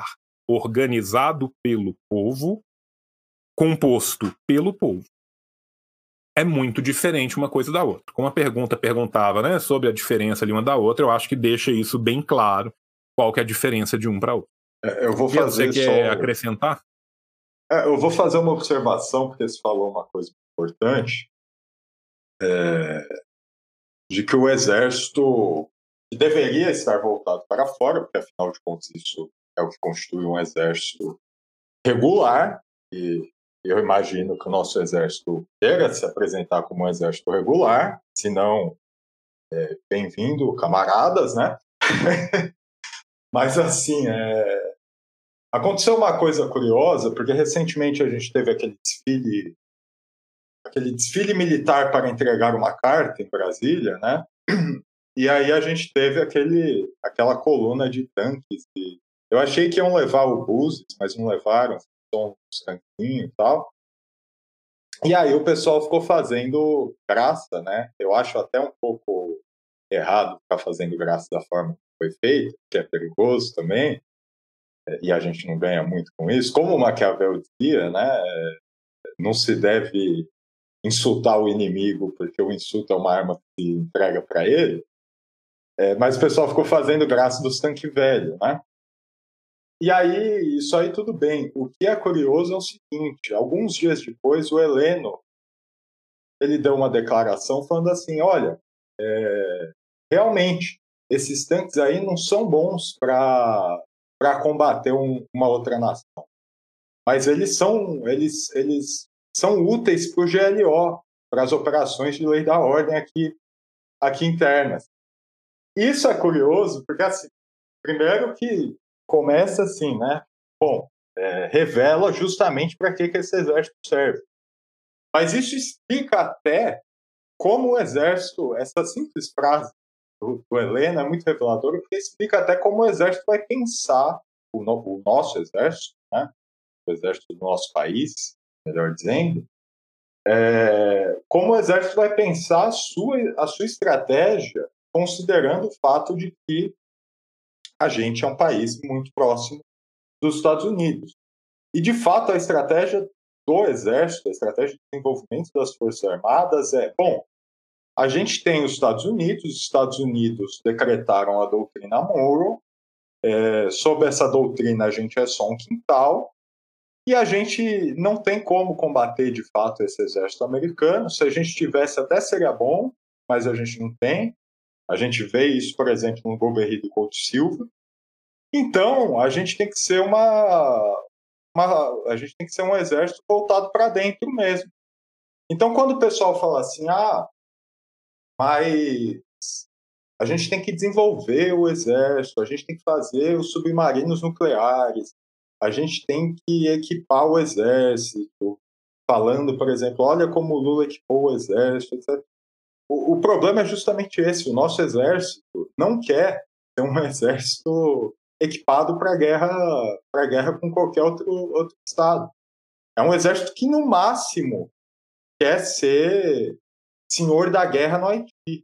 organizado pelo povo, composto pelo povo. é muito diferente uma coisa da outra. Como a pergunta perguntava, né, sobre a diferença ali uma da outra, eu acho que deixa isso bem claro, qual que é a diferença de um para outro. Eu vou fazer você quer acrescentar? Eu vou fazer uma observação, porque você falou uma coisa importante, de que o exército deveria estar voltado para fora, porque afinal de contas isso é o que constitui um exército regular, e eu imagino que o nosso exército queira se apresentar como um exército regular, se não, bem-vindo, camaradas, né? Mas assim, aconteceu uma coisa curiosa, porque recentemente a gente teve aquele desfile militar para entregar uma carta em Brasília, né? E aí a gente teve aquela coluna de tanques. Eu achei que iam levar o Buses, mas não levaram, são uns tanquinhos e tal. E aí o pessoal ficou fazendo graça, né? Eu acho até um pouco errado ficar fazendo graça da forma que foi feito, que é perigoso também, e a gente não ganha muito com isso. Como o Maquiavel dizia, né? Não se deve insultar o inimigo, porque o insulto é uma arma que se entrega para ele. Mas o pessoal ficou fazendo graça dos tanques velhos, né? E aí, isso aí tudo bem. O que é curioso é o seguinte, alguns dias depois, o Heleno, ele deu uma declaração falando assim, olha, realmente, esses tanques aí não são bons para combater uma outra nação. Mas eles são úteis para o GLO, para as operações de lei da ordem aqui internas. Isso é curioso, porque, assim, primeiro que começa assim, né? Bom, revela justamente para que esse exército serve. Mas isso explica até como o exército, essa simples frase do Heleno é muito reveladora, porque explica até como o exército vai pensar, o nosso exército, né? O exército do nosso país, melhor dizendo, como o exército vai pensar a sua estratégia, considerando o fato de que a gente é um país muito próximo dos Estados Unidos. E, de fato, a estratégia do Exército, a estratégia de desenvolvimento das Forças Armadas a gente tem os Estados Unidos decretaram a doutrina Monroe, sob essa doutrina a gente é só um quintal, e a gente não tem como combater, de fato, esse exército americano. Se a gente tivesse, até seria bom, mas a gente não tem. A gente vê isso, por exemplo, no Golbery do Couto Silva. Então, a gente tem que ser a gente tem que ser um exército voltado para dentro mesmo. Então, quando o pessoal fala assim, mas a gente tem que desenvolver o exército, a gente tem que fazer os submarinos nucleares, a gente tem que equipar o exército, falando, por exemplo, olha como o Lula equipou o exército, etc. O problema é justamente esse, o nosso exército não quer ser um exército equipado para guerra com qualquer outro estado. É um exército que, no máximo, quer ser senhor da guerra no Haiti.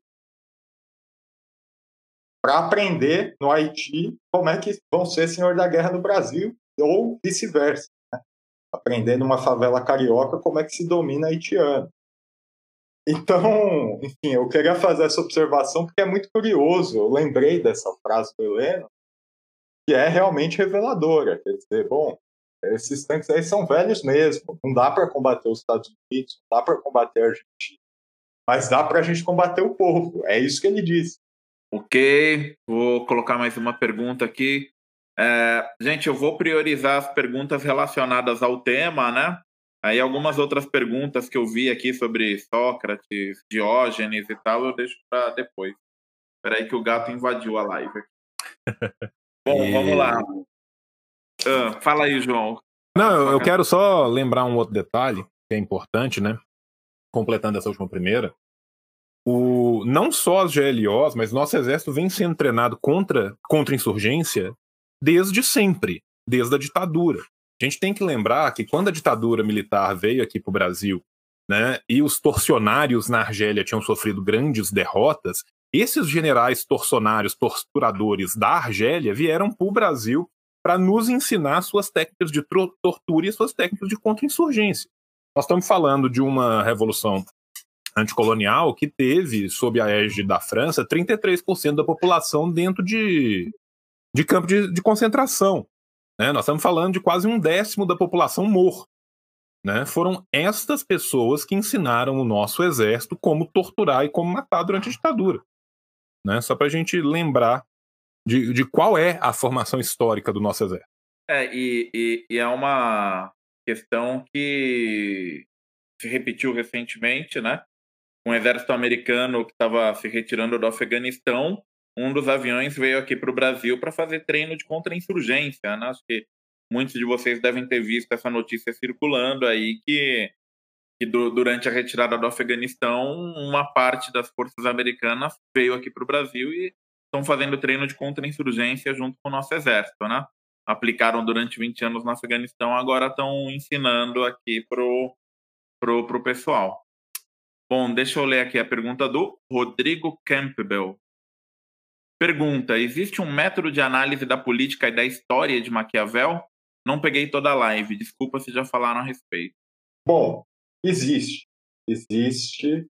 Para aprender no Haiti como é que vão ser senhor da guerra no Brasil, ou vice-versa. Né? Aprender numa favela carioca como é que se domina haitiano. Então, enfim, eu queria fazer essa observação porque é muito curioso. Eu lembrei dessa frase do Heleno, que é realmente reveladora. Quer dizer, esses tanques aí são velhos mesmo. Não dá para combater os Estados Unidos, não dá para combater a Argentina. Mas dá para a gente combater o povo. É isso que ele disse. Ok, vou colocar mais uma pergunta aqui. Gente, eu vou priorizar as perguntas relacionadas ao tema, né? Aí algumas outras perguntas que eu vi aqui sobre Sócrates, Diógenes e tal, eu deixo para depois. Espera aí que o gato invadiu a live aqui. Bom, vamos lá. Fala aí, João. Não, eu quero só lembrar um outro detalhe que é importante, né? Completando essa última primeira. Não só as GLOs, mas nosso exército vem sendo treinado contra insurgência desde sempre, desde a ditadura. A gente tem que lembrar que quando a ditadura militar veio aqui para o Brasil, né, e os torcionários na Argélia tinham sofrido grandes derrotas, esses generais torcionários, torturadores da Argélia vieram para o Brasil para nos ensinar suas técnicas de tortura e suas técnicas de contra-insurgência. Nós estamos falando de uma revolução anticolonial que teve, sob a égide da França, 33% da população dentro de campo de concentração. Né? Nós estamos falando de quase 1/10 da população morta. Né? Foram estas pessoas que ensinaram o nosso exército como torturar e como matar durante a ditadura. Né? Só para a gente lembrar de qual é a formação histórica do nosso exército. E é uma questão que se repetiu recentemente, né? Um exército americano que estava se retirando do Afeganistão, um dos aviões veio aqui para o Brasil para fazer treino de contra-insurgência, né? Acho que muitos de vocês devem ter visto essa notícia circulando aí que durante a retirada do Afeganistão, uma parte das forças americanas veio aqui para o Brasil e estão fazendo treino de contra-insurgência junto com o nosso exército, né? Aplicaram durante 20 anos no Afeganistão, agora estão ensinando aqui pro pessoal. Bom, deixa eu ler aqui a pergunta do Rodrigo Campbell. Pergunta: existe um método de análise da política e da história de Maquiavel? Não peguei toda a live, desculpa se já falaram a respeito. Bom, existe. Existe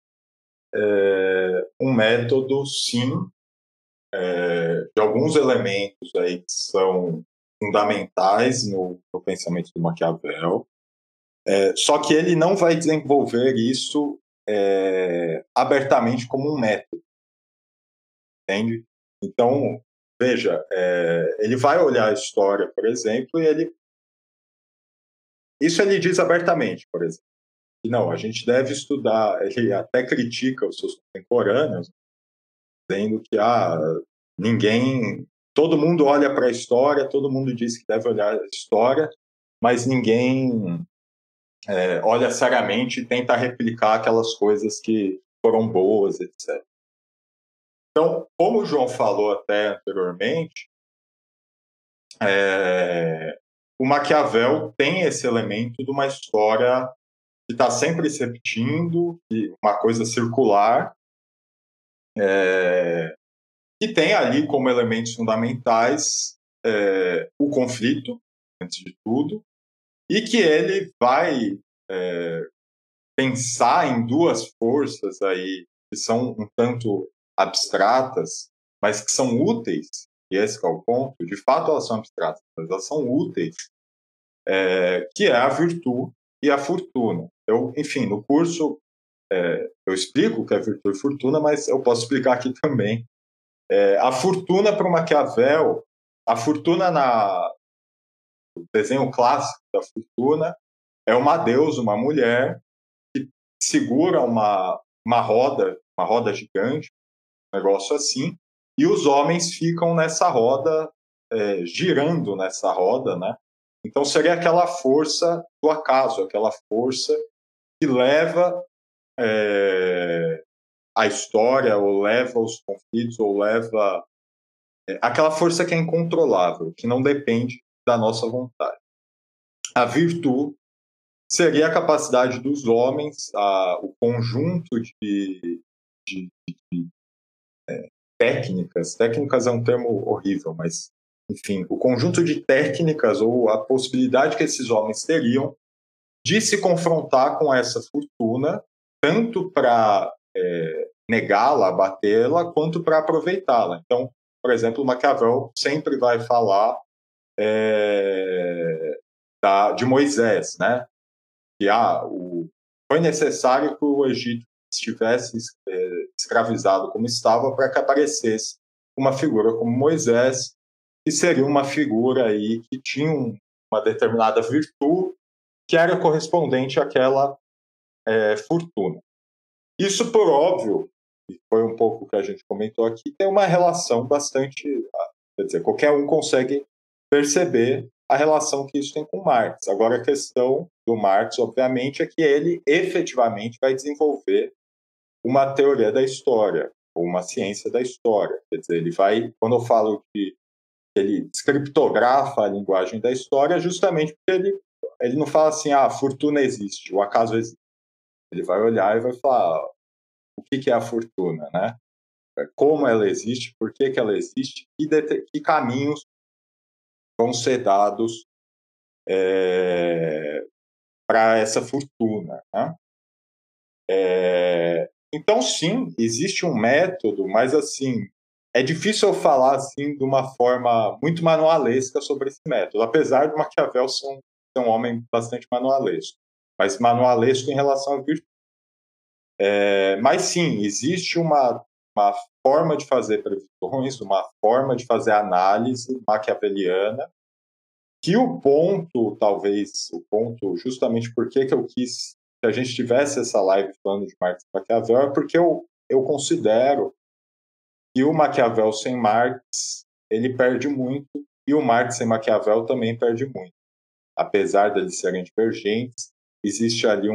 um método, sim, de alguns elementos aí que são fundamentais no pensamento do Maquiavel, só que ele não vai desenvolver isso abertamente como um método, entende? Então, veja, ele vai olhar a história, por exemplo, e isso ele diz abertamente, por exemplo, que não, a gente deve estudar, ele até critica os seus contemporâneos, dizendo que todo mundo olha para a história, todo mundo diz que deve olhar a história, mas ninguém olha seriamente e tenta replicar aquelas coisas que foram boas, etc. Então, como o João falou até anteriormente, o Maquiavel tem esse elemento de uma história que está sempre se repetindo, uma coisa circular, que tem ali como elementos fundamentais o conflito, antes de tudo, e que ele vai pensar em duas forças aí que são um tanto abstratas, mas que são úteis, e esse é o ponto. De fato, elas são abstratas, mas elas são úteis, que é a virtude e a fortuna. Enfim, no curso eu explico o que é virtude e fortuna, mas eu posso explicar aqui também. A fortuna para o Maquiavel, a fortuna no desenho clássico da fortuna é uma deusa, uma mulher que segura uma roda gigante, um negócio assim, e os homens ficam nessa roda, girando nessa roda, né? Então seria aquela força do acaso, aquela força que leva a história, ou leva os conflitos, ou leva aquela força que é incontrolável, que não depende da nossa vontade. A virtude seria a capacidade dos homens, o conjunto de técnicas. Técnicas é um termo horrível, mas, enfim, o conjunto de técnicas ou a possibilidade que esses homens teriam de se confrontar com essa fortuna, tanto para negá-la, abatê-la, quanto para aproveitá-la. Então, por exemplo, Maquiavel sempre vai falar de Moisés, né? Que foi necessário que o Egito estivesse escravizado como estava para que aparecesse uma figura como Moisés, que seria uma figura aí que tinha uma determinada virtude que era correspondente àquela fortuna. Isso, por óbvio, e foi um pouco o que a gente comentou aqui, tem uma relação bastante... Quer dizer, qualquer um consegue perceber a relação que isso tem com Marx. Agora, a questão do Marx, obviamente, é que ele efetivamente vai desenvolver uma teoria da história, ou uma ciência da história. Quer dizer, ele vai, quando eu falo que ele descriptografa a linguagem da história, justamente porque ele não fala assim, a fortuna existe, o acaso existe. Ele vai olhar e vai falar o que é a fortuna, né? Como ela existe, por que ela existe, que caminhos vão ser dados para essa fortuna, né? Então, sim, existe um método, mas assim, é difícil eu falar assim de uma forma muito manualesca sobre esse método, apesar do Maquiavel ser um homem bastante manualesco, mas manualesco em relação à virtude. Mas sim, existe uma forma de fazer previsões, uma forma de fazer análise maquiaveliana, que talvez, o ponto justamente por que eu quis que a gente tivesse essa live falando de Marx e Maquiavel, é porque eu considero que o Maquiavel sem Marx, ele perde muito, e o Marx sem Maquiavel também perde muito. Apesar de eles serem divergentes, existe ali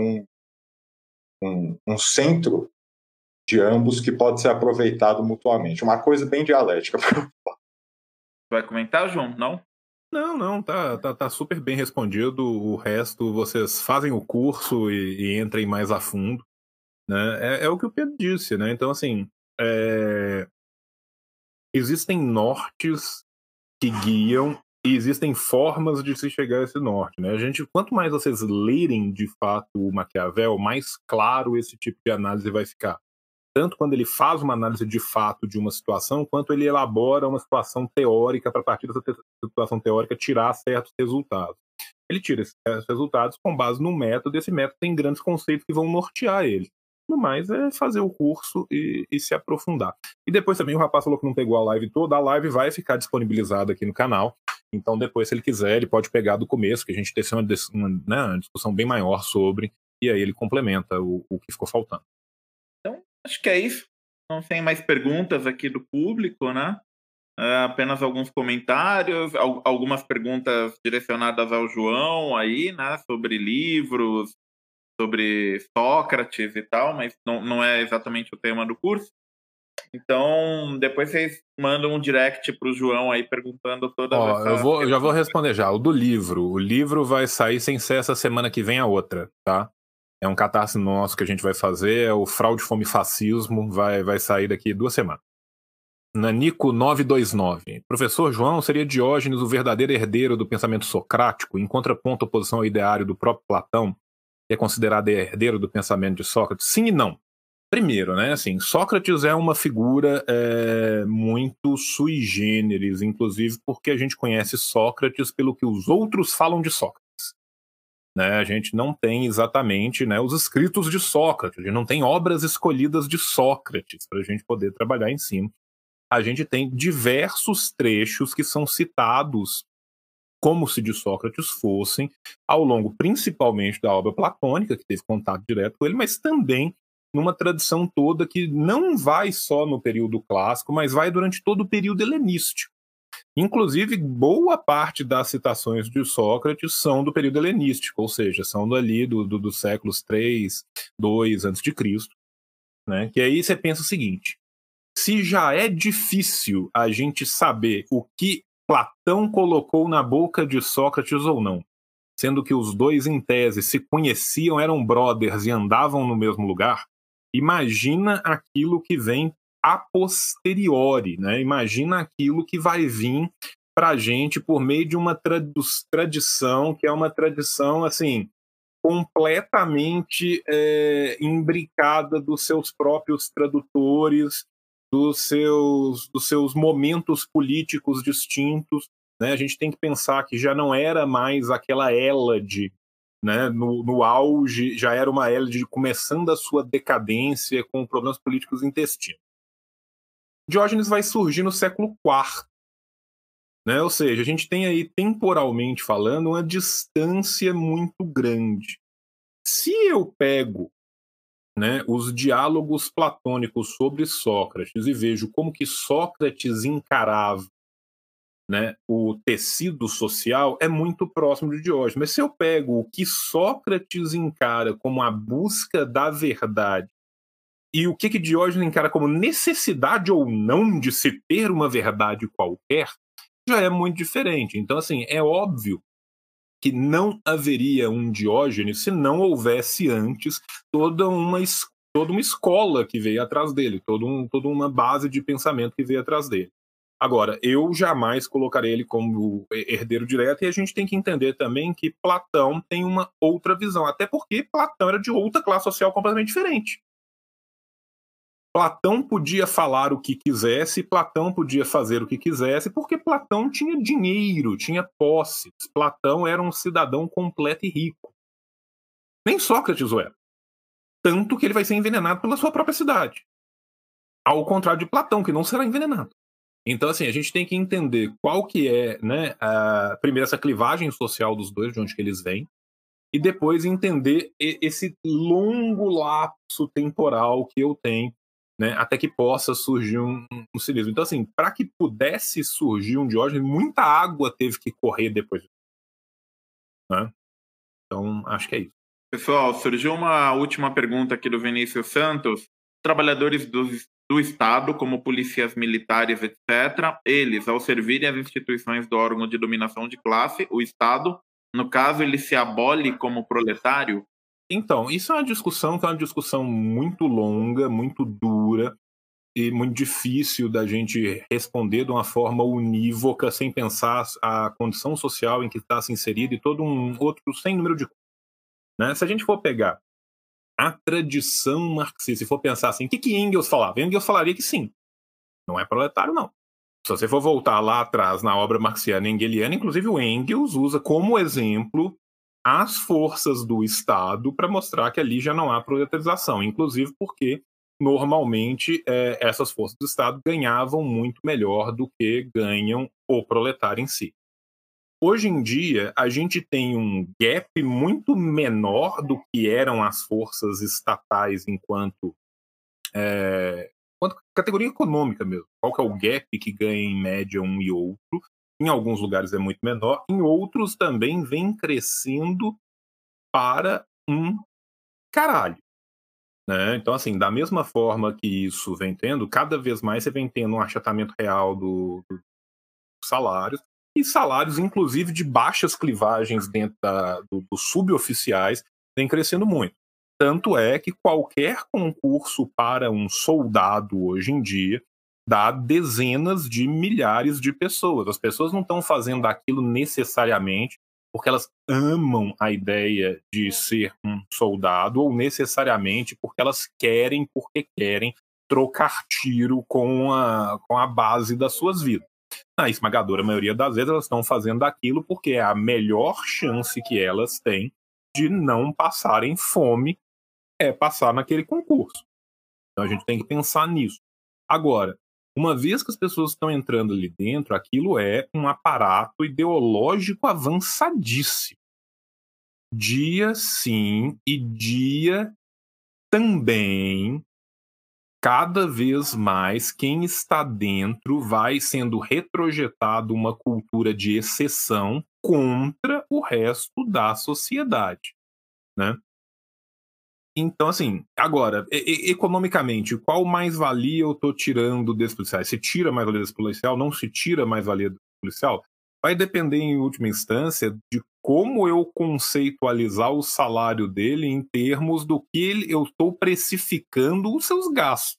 um centro de ambos que pode ser aproveitado mutuamente. Uma coisa bem dialética. Vai comentar, João? Não? Não, tá super bem respondido. O resto vocês fazem o curso e entrem mais a fundo, né? É o que o Pedro disse, né? Então, assim, existem nortes que guiam e existem formas de se chegar a esse norte, né? Quanto mais vocês lerem de fato o Maquiavel, mais claro esse tipo de análise vai ficar. Tanto quando ele faz uma análise de fato de uma situação, quanto ele elabora uma situação teórica para, a partir dessa situação teórica, tirar certos resultados. Ele tira esses resultados com base no método, e esse método tem grandes conceitos que vão nortear ele. No mais, é fazer o curso e se aprofundar. E depois também o rapaz falou que não pegou a live toda, a live vai ficar disponibilizada aqui no canal. Então depois, se ele quiser, ele pode pegar do começo, que a gente teve uma discussão bem maior sobre, e aí ele complementa o que ficou faltando. Então, acho que é isso. Não tem mais perguntas aqui do público, né? Apenas alguns comentários, algumas perguntas direcionadas ao João aí, né? Sobre livros, sobre Sócrates e tal, mas não é exatamente o tema do curso. Então, depois vocês mandam um direct pro João aí perguntando todas essas eu já vou responder já. O do livro. O livro vai sair sem ser essa semana que vem a outra, tá? É um catarse nosso que a gente vai fazer, é o Fraude, Fome e Fascismo, vai sair daqui 2 semanas. Nanico 929. Professor João, seria Diógenes o verdadeiro herdeiro do pensamento socrático, em contraponto à oposição ao ideário do próprio Platão, que é considerado herdeiro do pensamento de Sócrates? Sim e não. Primeiro, né, assim, Sócrates é uma figura muito sui generis, inclusive porque a gente conhece Sócrates pelo que os outros falam de Sócrates. Né, a gente não tem exatamente, né, os escritos de Sócrates, a gente não tem obras escolhidas de Sócrates para a gente poder trabalhar em cima. A gente tem diversos trechos que são citados como se de Sócrates fossem, ao longo principalmente da obra platônica, que teve contato direto com ele, mas também numa tradição toda que não vai só no período clássico, mas vai durante todo o período helenístico. Inclusive, boa parte das citações de Sócrates são do período helenístico, ou seja, são dali dos séculos 3, 2 a.C., né? Que aí você pensa o seguinte, se já é difícil a gente saber o que Platão colocou na boca de Sócrates ou não, sendo que os dois, em tese, se conheciam, eram brothers e andavam no mesmo lugar, imagina aquilo que vem a posteriori, né? Imagina aquilo que vai vir para a gente por meio de uma tradição, que é uma tradição, assim, completamente imbricada dos seus próprios tradutores, dos seus momentos políticos distintos, né? A gente tem que pensar que já não era mais aquela Hélade, né? No auge, já era uma Hélade começando a sua decadência com problemas políticos intestinos. Diógenes vai surgir no século IV, né? Ou seja, a gente tem aí, temporalmente falando, uma distância muito grande. Se eu pego, né, os diálogos platônicos sobre Sócrates e vejo como que Sócrates encarava, né, o tecido social, é muito próximo de Diógenes. Mas se eu pego o que Sócrates encara como a busca da verdade e o que Diógenes encara como necessidade ou não de se ter uma verdade qualquer, já é muito diferente. Então, assim, é óbvio que não haveria um Diógenes se não houvesse antes toda uma escola que veio atrás dele, toda uma base de pensamento que veio atrás dele. Agora, eu jamais colocarei ele como herdeiro direto, e a gente tem que entender também que Platão tem uma outra visão, até porque Platão era de outra classe social completamente diferente. Platão podia falar o que quisesse, Platão podia fazer o que quisesse, porque Platão tinha dinheiro, tinha posses. Platão era um cidadão completo e rico. Nem Sócrates o era. Tanto que ele vai ser envenenado pela sua própria cidade. Ao contrário de Platão, que não será envenenado. Então, assim, a gente tem que entender qual que é, né, primeiro, essa clivagem social dos dois, de onde que eles vêm, e depois entender esse longo lapso temporal que eu tenho, né, até que possa surgir um cinismo. Então, assim, para que pudesse surgir um Diógenes, muita água teve que correr depois. Né? Então, acho que é isso. Pessoal, surgiu uma última pergunta aqui do Vinícius Santos. Trabalhadores do Estado, como polícias militares, etc., eles, ao servirem as instituições do órgão de dominação de classe, o Estado, no caso, ele se abole como proletário? Então, isso é uma discussão que é uma discussão muito longa, muito dura e muito difícil da gente responder de uma forma unívoca, sem pensar a condição social em que está se inserido e todo um outro sem número de coisas. Né? Se a gente for pegar a tradição marxista, se for pensar assim, o que Engels falava? Engels falaria que sim, não é proletário, não. Se você for voltar lá atrás na obra marxiana e engeliana, inclusive o Engels usa como exemplo as forças do Estado para mostrar que ali já não há proletarização, inclusive porque normalmente essas forças do Estado ganhavam muito melhor do que ganham o proletário em si. Hoje em dia, a gente tem um gap muito menor do que eram as forças estatais enquanto categoria econômica mesmo. Qual que é o gap que ganha em média um e outro? Em alguns lugares é muito menor, em outros também vem crescendo para um caralho. Né? Então, assim, da mesma forma que isso vem tendo, cada vez mais você vem tendo um achatamento real dos salários, e salários, inclusive, de baixas clivagens dentro dos suboficiais, vem crescendo muito. Tanto é que qualquer concurso para um soldado hoje em dia dá dezenas de milhares de pessoas. As pessoas não estão fazendo aquilo necessariamente porque elas amam a ideia de ser um soldado ou necessariamente porque elas querem, trocar tiro com a base das suas vidas. Na esmagadora maioria das vezes elas estão fazendo aquilo porque é a melhor chance que elas têm de não passarem fome é passar naquele concurso. Então a gente tem que pensar nisso. Agora, uma vez que as pessoas estão entrando ali dentro, aquilo é um aparato ideológico avançadíssimo. Dia sim e dia também, cada vez mais, quem está dentro vai sendo retrojetado uma cultura de exceção contra o resto da sociedade, né? Então, assim, agora, economicamente, qual mais-valia eu estou tirando desse policial? Se tira mais-valia desse policial, não se tira mais-valia desse policial? Vai depender, em última instância, de como eu conceitualizar o salário dele em termos do que eu estou precificando os seus gastos.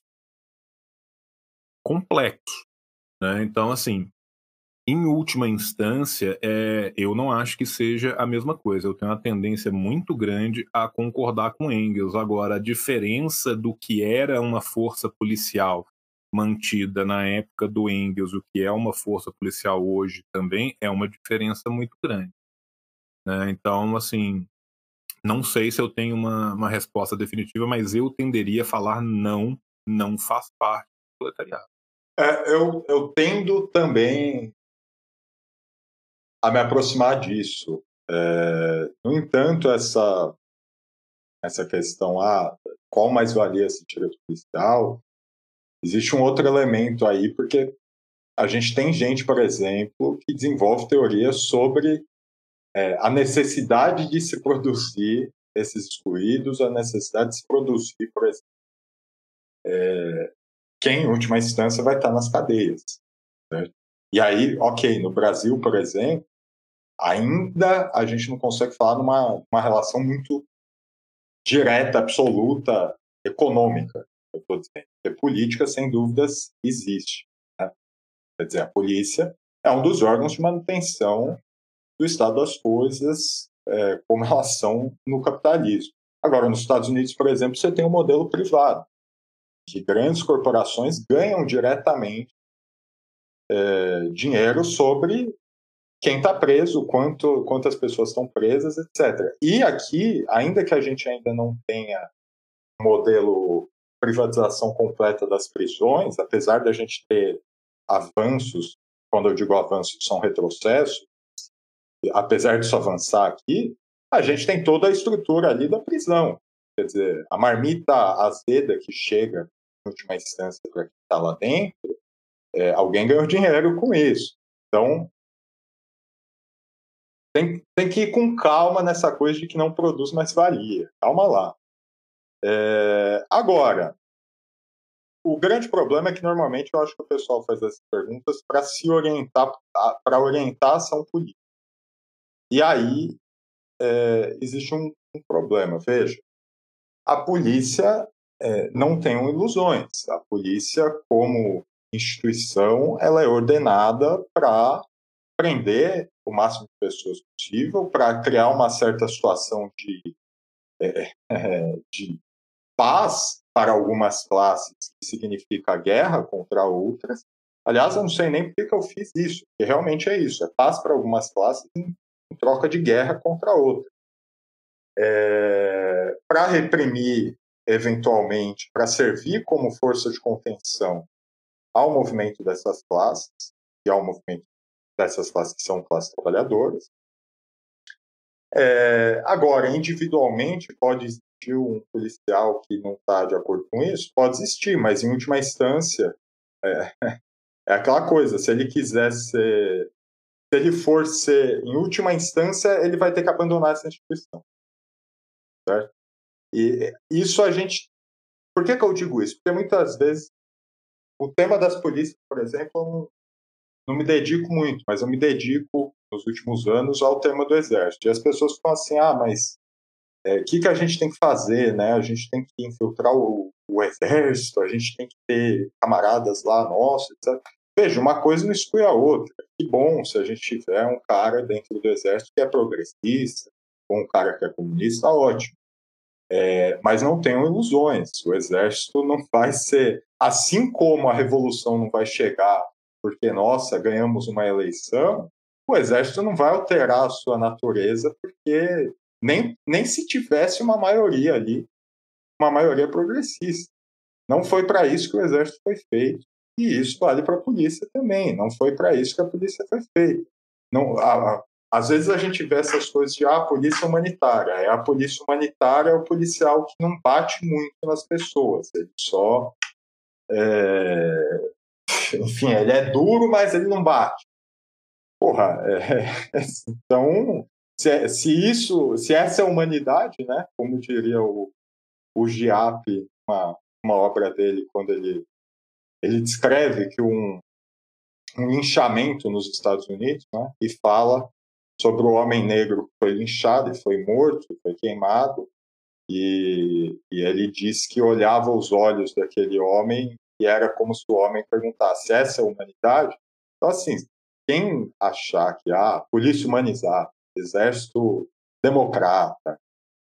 Complexo. Né? Então, assim, em última instância, eu não acho que seja a mesma coisa. Eu tenho uma tendência muito grande a concordar com Engels. Agora, a diferença do que era uma força policial mantida na época do Engels, o que é uma força policial hoje também, é uma diferença muito grande. Né? Então, assim, não sei se eu tenho uma resposta definitiva, mas eu tenderia a falar não faz parte do proletariado. Eu tendo também a me aproximar disso. No entanto, essa questão, qual mais-valia se tira do policial, existe um outro elemento aí, porque a gente tem gente, por exemplo, que desenvolve teorias sobre a necessidade de se produzir esses excluídos, a necessidade de se produzir, por exemplo, quem, em última instância, vai estar nas cadeias. Né? E aí, ok, no Brasil, por exemplo, ainda a gente não consegue falar numa relação muito direta, absoluta, econômica, eu estou dizendo. Porque política, sem dúvidas, existe. Né? Quer dizer, a polícia é um dos órgãos de manutenção do estado das coisas como elas são no capitalismo. Agora, nos Estados Unidos, por exemplo, você tem um modelo privado. que grandes corporações ganham diretamente dinheiro sobre quem está preso, quantas pessoas estão presas, etc. E aqui, ainda que a gente ainda não tenha um modelo privatização completa das prisões, apesar de a gente ter avanços, quando eu digo avanços, são retrocessos, apesar disso avançar aqui, a gente tem toda a estrutura ali da prisão. Quer dizer, a marmita azeda que chega, em última instância, para quem está lá dentro, alguém ganhou dinheiro com isso. Então, tem que ir com calma nessa coisa de que não produz mais valia. Calma lá. Agora, o grande problema é que normalmente eu acho que o pessoal faz essas perguntas para se orientar, para orientar a ação política. E aí existe um problema. Veja, a polícia não tem ilusões. A polícia, como instituição, ela é ordenada para prender o máximo de pessoas possível, para criar uma certa situação de paz para algumas classes, que significa guerra contra outras. Aliás, eu não sei nem por que eu fiz isso, porque realmente é isso, é paz para algumas classes em troca de guerra contra outras. Para reprimir, eventualmente, para servir como força de contenção ao movimento dessas classes, e ao movimento dessas classes que são classes trabalhadoras. Agora, individualmente, pode existir um policial que não está de acordo com isso? Pode existir, mas em última instância, é aquela coisa, se ele quiser ser, se ele for ser, em última instância, ele vai ter que abandonar essa instituição. Certo? E isso a gente... Por que eu digo isso? Porque muitas vezes o tema das polícias, por exemplo, eu não me dedico muito, mas eu me dedico, nos últimos anos, ao tema do Exército. E as pessoas ficam assim, mas o que a gente tem que fazer, né? A gente tem que infiltrar o Exército, a gente tem que ter camaradas lá, nossos, etc. Veja, uma coisa não exclui a outra. Que bom se a gente tiver um cara dentro do Exército que é progressista, ou um cara que é comunista, ótimo. Mas não tenham ilusões. O Exército não vai ser... Assim como a Revolução não vai chegar porque, nossa, ganhamos uma eleição, o Exército não vai alterar a sua natureza porque nem se tivesse uma maioria ali, uma maioria progressista. Não foi para isso que o Exército foi feito. E isso vale para a polícia também. Não foi para isso que a polícia foi feita. Às vezes a gente vê essas coisas de polícia humanitária. A polícia humanitária é o policial que não bate muito nas pessoas. Ele só... Enfim, ele é duro, mas ele não bate. Porra, então, se essa é a humanidade, né, como diria o Giap, uma obra dele, quando ele descreve que um linchamento nos Estados Unidos, né, e fala sobre o homem negro que foi linchado e foi morto, foi queimado, e ele diz que olhava os olhos daquele homem e era como se o homem perguntasse: essa é a humanidade? Então, assim, quem achar que polícia humanizada, exército democrata,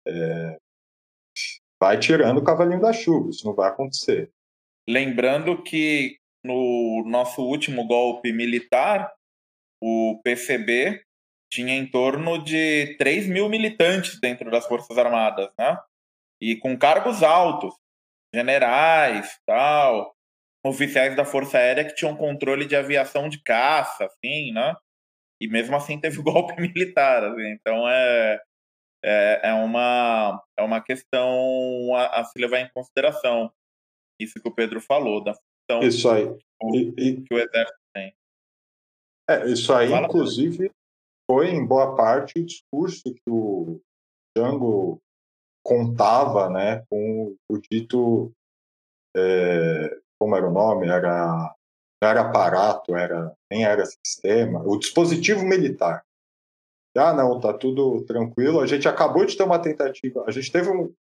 vai tirando o cavalinho da chuva, isso não vai acontecer. Lembrando que no nosso último golpe militar, o PCB tinha em torno de 3 mil militantes dentro das Forças Armadas, né? E com cargos altos, generais, tal, oficiais da Força Aérea que tinham controle de aviação de caça, assim, né? E mesmo assim teve o golpe militar, assim. Então é uma questão a se levar em consideração. Isso que o Pedro falou, da função isso aí. Que o Exército tem. Isso aí, inclusive, foi em boa parte o discurso que o Jango contava, né, com o dito, como era o nome, não era aparato, nem era sistema, o dispositivo militar. Não, tá tudo tranquilo, a gente acabou de ter uma tentativa, a gente teve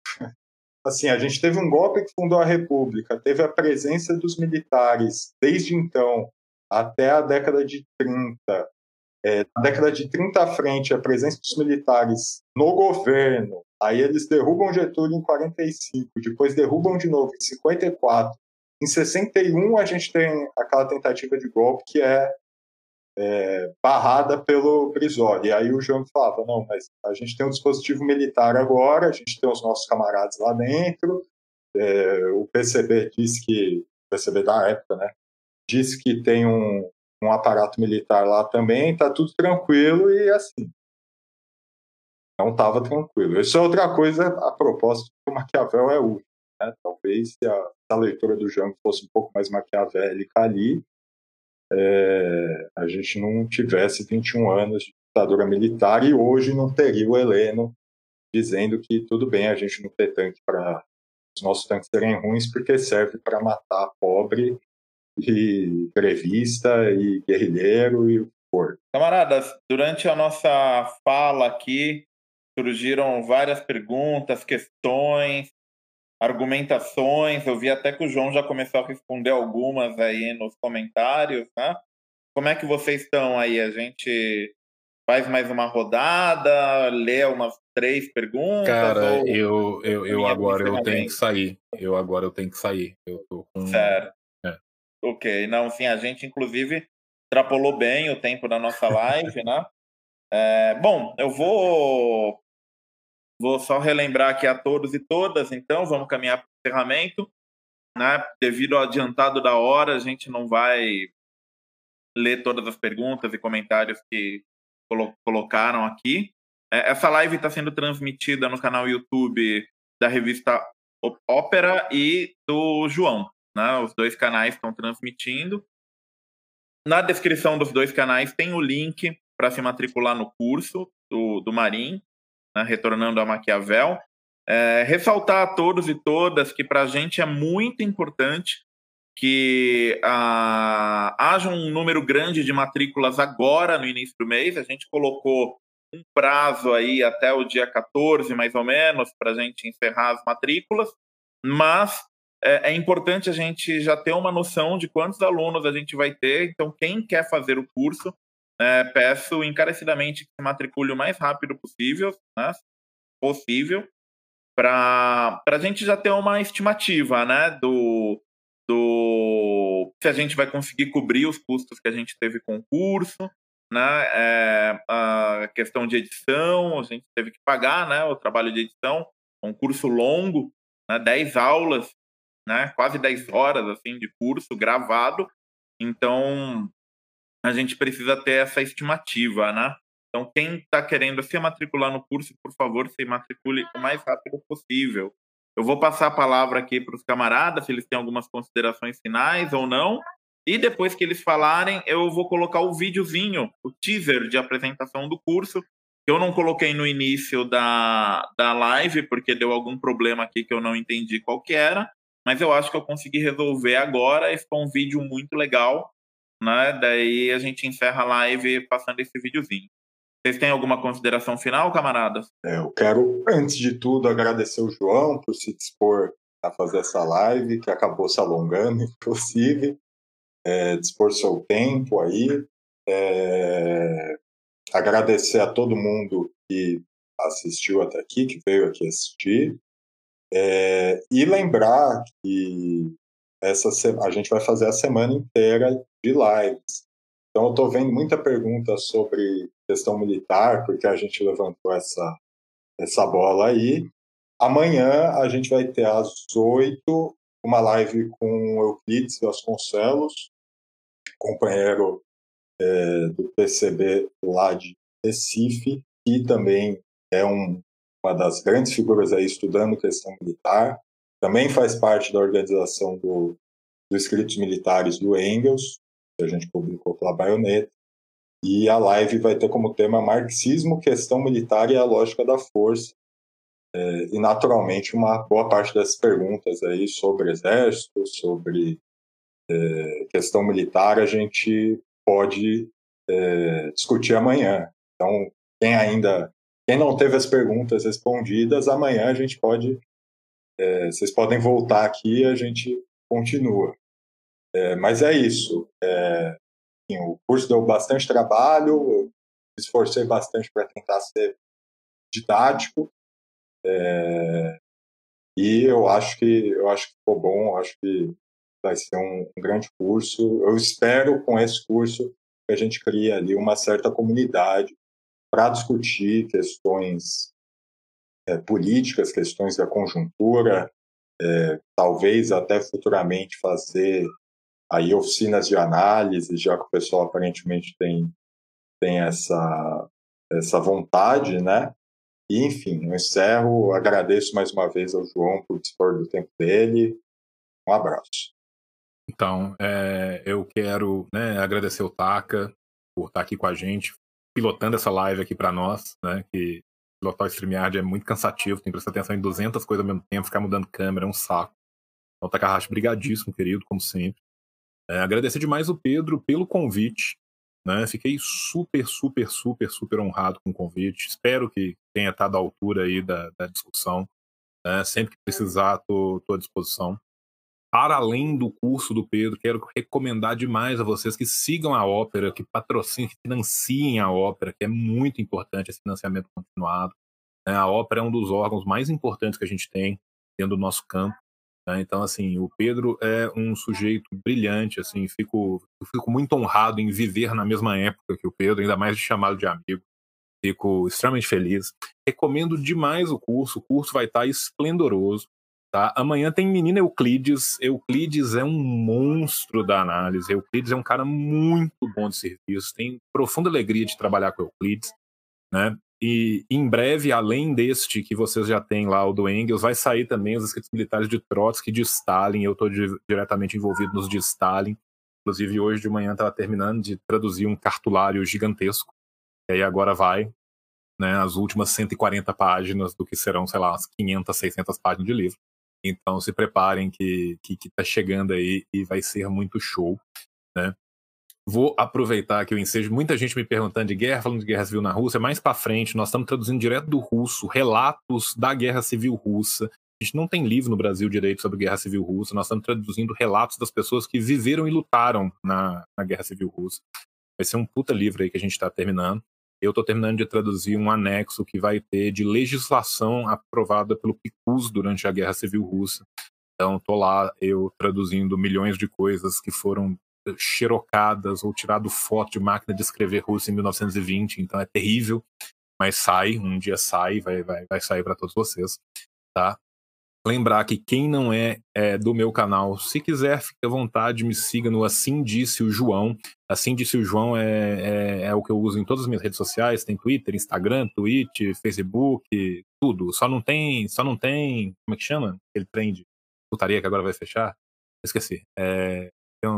um golpe que fundou a República, teve a presença dos militares desde então até a década de 30, da década de 30 à frente, a presença dos militares no governo, Aí eles derrubam Getúlio em 45, depois derrubam de novo em 54. Em 61 a gente tem aquela tentativa de golpe que é barrada pelo Brizola. E aí o João falava, não, mas a gente tem um dispositivo militar agora, a gente tem os nossos camaradas lá dentro, o PCB disse que, o PCB da época, né, disse que tem um aparato militar lá também, tá tudo tranquilo, e assim, não estava tranquilo. Isso é outra coisa a propósito que o Maquiavel é útil, né? Talvez se a leitura do Jango fosse um pouco mais maquiavélica ali, a gente não tivesse 21 anos de ditadura militar e hoje não teria o Heleno dizendo que tudo bem a gente não ter tanque para os nossos tanques serem ruins porque serve para matar pobre e grevista e guerrilheiro e o que for. Camaradas, durante a nossa fala aqui surgiram várias perguntas, questões, argumentações. Eu vi até que o João já começou a responder algumas aí nos comentários, né? Como é que vocês estão aí? A gente faz mais uma rodada, lê umas 3 perguntas? Cara, ou eu agora eu tenho que encerramento? sair. Eu tenho que sair. Eu tô com... Certo. É. Ok. Não, sim, a gente inclusive extrapolou bem o tempo da nossa live, né? Bom, eu vou só relembrar aqui a todos e todas, então, vamos caminhar para o encerramento, né? Devido ao adiantado da hora, a gente não vai ler todas as perguntas e comentários que colocaram aqui. Essa live está sendo transmitida no canal YouTube da revista Ópera e do João, né? Os dois canais estão transmitindo. Na descrição dos dois canais tem o link para se matricular no curso do Marim, né? Retornando a Maquiavel. Ressaltar a todos e todas que para a gente é muito importante que haja um número grande de matrículas agora no início do mês. A gente colocou um prazo aí até o dia 14, mais ou menos, para a gente encerrar as matrículas, mas é importante a gente já ter uma noção de quantos alunos a gente vai ter. Então, quem quer fazer o curso, peço encarecidamente que se matricule o mais rápido possível, né? Para a gente já ter uma estimativa, né, se a gente vai conseguir cobrir os custos que a gente teve com o curso, né, a questão de edição, a gente teve que pagar, né, o trabalho de edição, um curso longo, né, 10 aulas, né, quase 10 horas assim, de curso gravado, então a gente precisa ter essa estimativa, né? Então, quem está querendo se matricular no curso, por favor, se matricule o mais rápido possível. Eu vou passar a palavra aqui para os camaradas, se eles têm algumas considerações finais ou não. E depois que eles falarem, eu vou colocar o videozinho, o teaser de apresentação do curso, que eu não coloquei no início da live, porque deu algum problema aqui que eu não entendi qual que era, mas eu acho que eu consegui resolver agora. Esse foi um vídeo muito legal, né? Daí a gente encerra a live passando esse videozinho. Vocês têm alguma consideração final, camaradas? Eu quero, antes de tudo, agradecer o João por se dispor a fazer essa live, que acabou se alongando, inclusive, dispor seu tempo aí. Agradecer a todo mundo que assistiu até aqui, que veio aqui assistir. E lembrar que a gente vai fazer a semana inteira de lives. Então, eu estou vendo muita pergunta sobre questão militar, porque a gente levantou essa bola aí. Amanhã a gente vai ter às 8 uma live com o Euclides Vasconcelos, companheiro do PCB lá de Recife, que também é uma das grandes figuras aí estudando questão militar. Também faz parte da organização dos escritos militares do Engels, que a gente publicou pela Baioneta. E a live vai ter como tema Marxismo, Questão Militar e a Lógica da Força. E, naturalmente, uma boa parte dessas perguntas aí sobre exército, sobre questão militar, a gente pode discutir amanhã. Então, quem não teve as perguntas respondidas, amanhã a gente pode... vocês podem voltar aqui e a gente continua. Mas é isso. O curso deu bastante trabalho, eu me esforcei bastante para tentar ser didático, E eu acho que ficou bom, acho que vai ser um grande curso. Eu espero, com esse curso, que a gente crie ali uma certa comunidade para discutir questões políticas, questões da conjuntura, talvez até futuramente fazer aí oficinas de análise, já que o pessoal aparentemente tem essa vontade, né? E, enfim, eu encerro, agradeço mais uma vez ao João por dispor do tempo dele. Um abraço. Então, eu quero, né, agradecer o Taka por estar aqui com a gente, pilotando essa live aqui para nós, né, que pilotar o StreamYard é muito cansativo, tem que prestar atenção em 200 coisas ao mesmo tempo, ficar mudando câmera, é um saco. Então, Takahashi, brigadíssimo, querido, como sempre. Agradecer demais o Pedro pelo convite, né, fiquei super, super, super, super honrado com o convite, espero que tenha estado à altura aí da discussão, né, sempre que precisar, estou à disposição. Para além do curso do Pedro, quero recomendar demais a vocês que sigam a Ópera, que patrocinem, que financiem a Ópera, que é muito importante esse financiamento continuado. A Ópera é um dos órgãos mais importantes que a gente tem dentro do nosso campo. Então, assim, o Pedro é um sujeito brilhante, assim, eu fico muito honrado em viver na mesma época que o Pedro, ainda mais de chamá-lo de amigo. Fico extremamente feliz. Recomendo demais o curso vai estar esplendoroso. Tá? Amanhã tem menina Euclides. Euclides é um monstro da análise. Euclides é um cara muito bom de serviço. Tenho profunda alegria de trabalhar com Euclides, né? E em breve, além deste que vocês já têm lá, o do Engels, vai sair também os escritos militares de Trotsky e de Stalin. Eu estou diretamente envolvido nos de Stalin. Inclusive, hoje de manhã estava terminando de traduzir um cartulário gigantesco. E aí agora vai, né, as últimas 140 páginas do que serão, sei lá, umas 500, 600 páginas de livro. Então se preparem que tá chegando aí e vai ser muito show, né? Vou aproveitar que o ensejo, muita gente me perguntando de guerra, falando de guerra civil na Rússia, mais para frente nós estamos traduzindo direto do russo, relatos da guerra civil russa. A gente não tem livro no Brasil direito sobre guerra civil russa, nós estamos traduzindo relatos das pessoas que viveram e lutaram na guerra civil russa. Vai ser um puta livro aí que a gente está terminando. Eu estou terminando de traduzir um anexo que vai ter de legislação aprovada pelo PICUS durante a Guerra Civil Russa. Então, estou lá, eu traduzindo milhões de coisas que foram xerocadas ou tirado foto de máquina de escrever russa em 1920. Então, é terrível, mas sai, um dia sai, vai sair para todos vocês, tá? Lembrar que quem não é do meu canal, se quiser, fique à vontade, me siga no Assim Disse o João. Assim Disse o João é o que eu uso em todas as minhas redes sociais, tem Twitter, Instagram, Twitch, Facebook, tudo. Só não tem, como é que chama? Aquele trem de putaria que agora vai fechar? Esqueci. Tem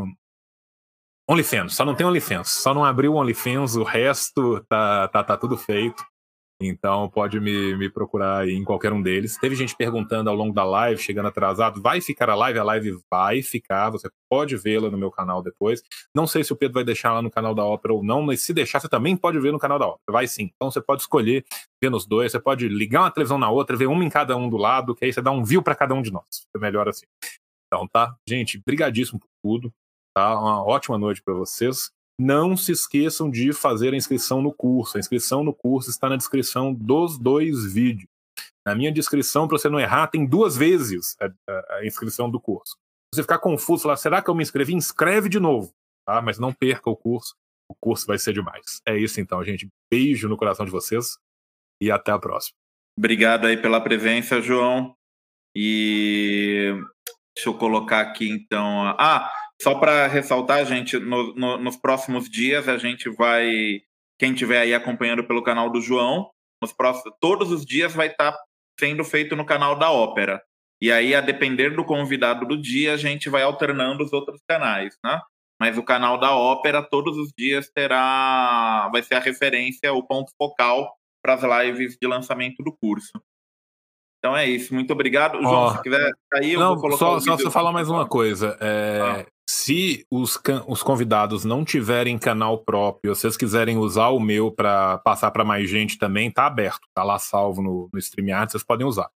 OnlyFans, só não tem OnlyFans. Só não abriu o OnlyFans, o resto tá tudo feito. Então pode me procurar aí em qualquer um deles. Teve gente perguntando ao longo da live, chegando atrasado, vai ficar a live vai ficar, você pode vê-la no meu canal depois. Não sei se o Pedro vai deixar lá no canal da Ópera ou não, mas se deixar, você também pode ver no canal da Ópera, vai sim. Então você pode escolher ver nos dois, você pode ligar uma televisão na outra, ver uma em cada um do lado, que aí você dá um view para cada um de nós. É melhor assim. Então tá, gente, brigadíssimo por tudo, tá? Uma ótima noite para vocês. Não se esqueçam de fazer a inscrição no curso. A inscrição no curso está na descrição dos 2 vídeos. Na minha descrição, para você não errar, tem 2 vezes a inscrição do curso. Se você ficar confuso, falar, será que eu me inscrevi? Inscreve de novo, tá? Mas não perca o curso vai ser demais. É isso então, gente. Beijo no coração de vocês e até a próxima. Obrigado aí pela presença, João. E deixa eu colocar aqui então... só para ressaltar, gente, nos próximos dias a gente vai, quem estiver aí acompanhando pelo canal do João, todos os dias vai estar sendo feito no canal da Ópera. E aí, a depender do convidado do dia, a gente vai alternando os outros canais, né? Mas o canal da Ópera, todos os dias, vai ser a referência, o ponto focal para as lives de lançamento do curso. Então é isso, muito obrigado. João, se quiser sair, eu vou colocar só o vídeo. Só falar mais uma coisa. Se os convidados não tiverem canal próprio, se vocês quiserem usar o meu para passar para mais gente também, tá aberto. Tá lá salvo no StreamYard, vocês podem usar.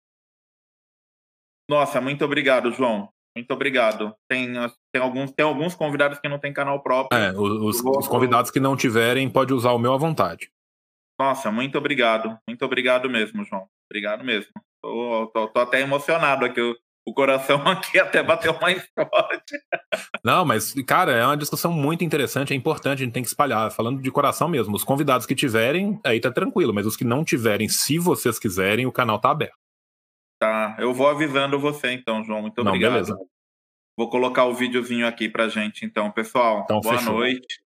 Nossa, muito obrigado, João. Muito obrigado. Tem alguns convidados que não têm canal próprio. Os convidados que não tiverem, pode usar o meu à vontade. Nossa, muito obrigado. Muito obrigado mesmo, João. Obrigado mesmo. Tô até emocionado aqui. O coração aqui até bateu mais forte. Não, mas, cara, é uma discussão muito interessante, é importante, a gente tem que espalhar. Falando de coração mesmo, os convidados que tiverem, aí tá tranquilo, mas os que não tiverem, se vocês quiserem, o canal tá aberto. Tá, eu vou avisando você então, João. Muito obrigado. Beleza. Vou colocar o videozinho aqui pra gente então, pessoal. Então, Boa fechou. noite.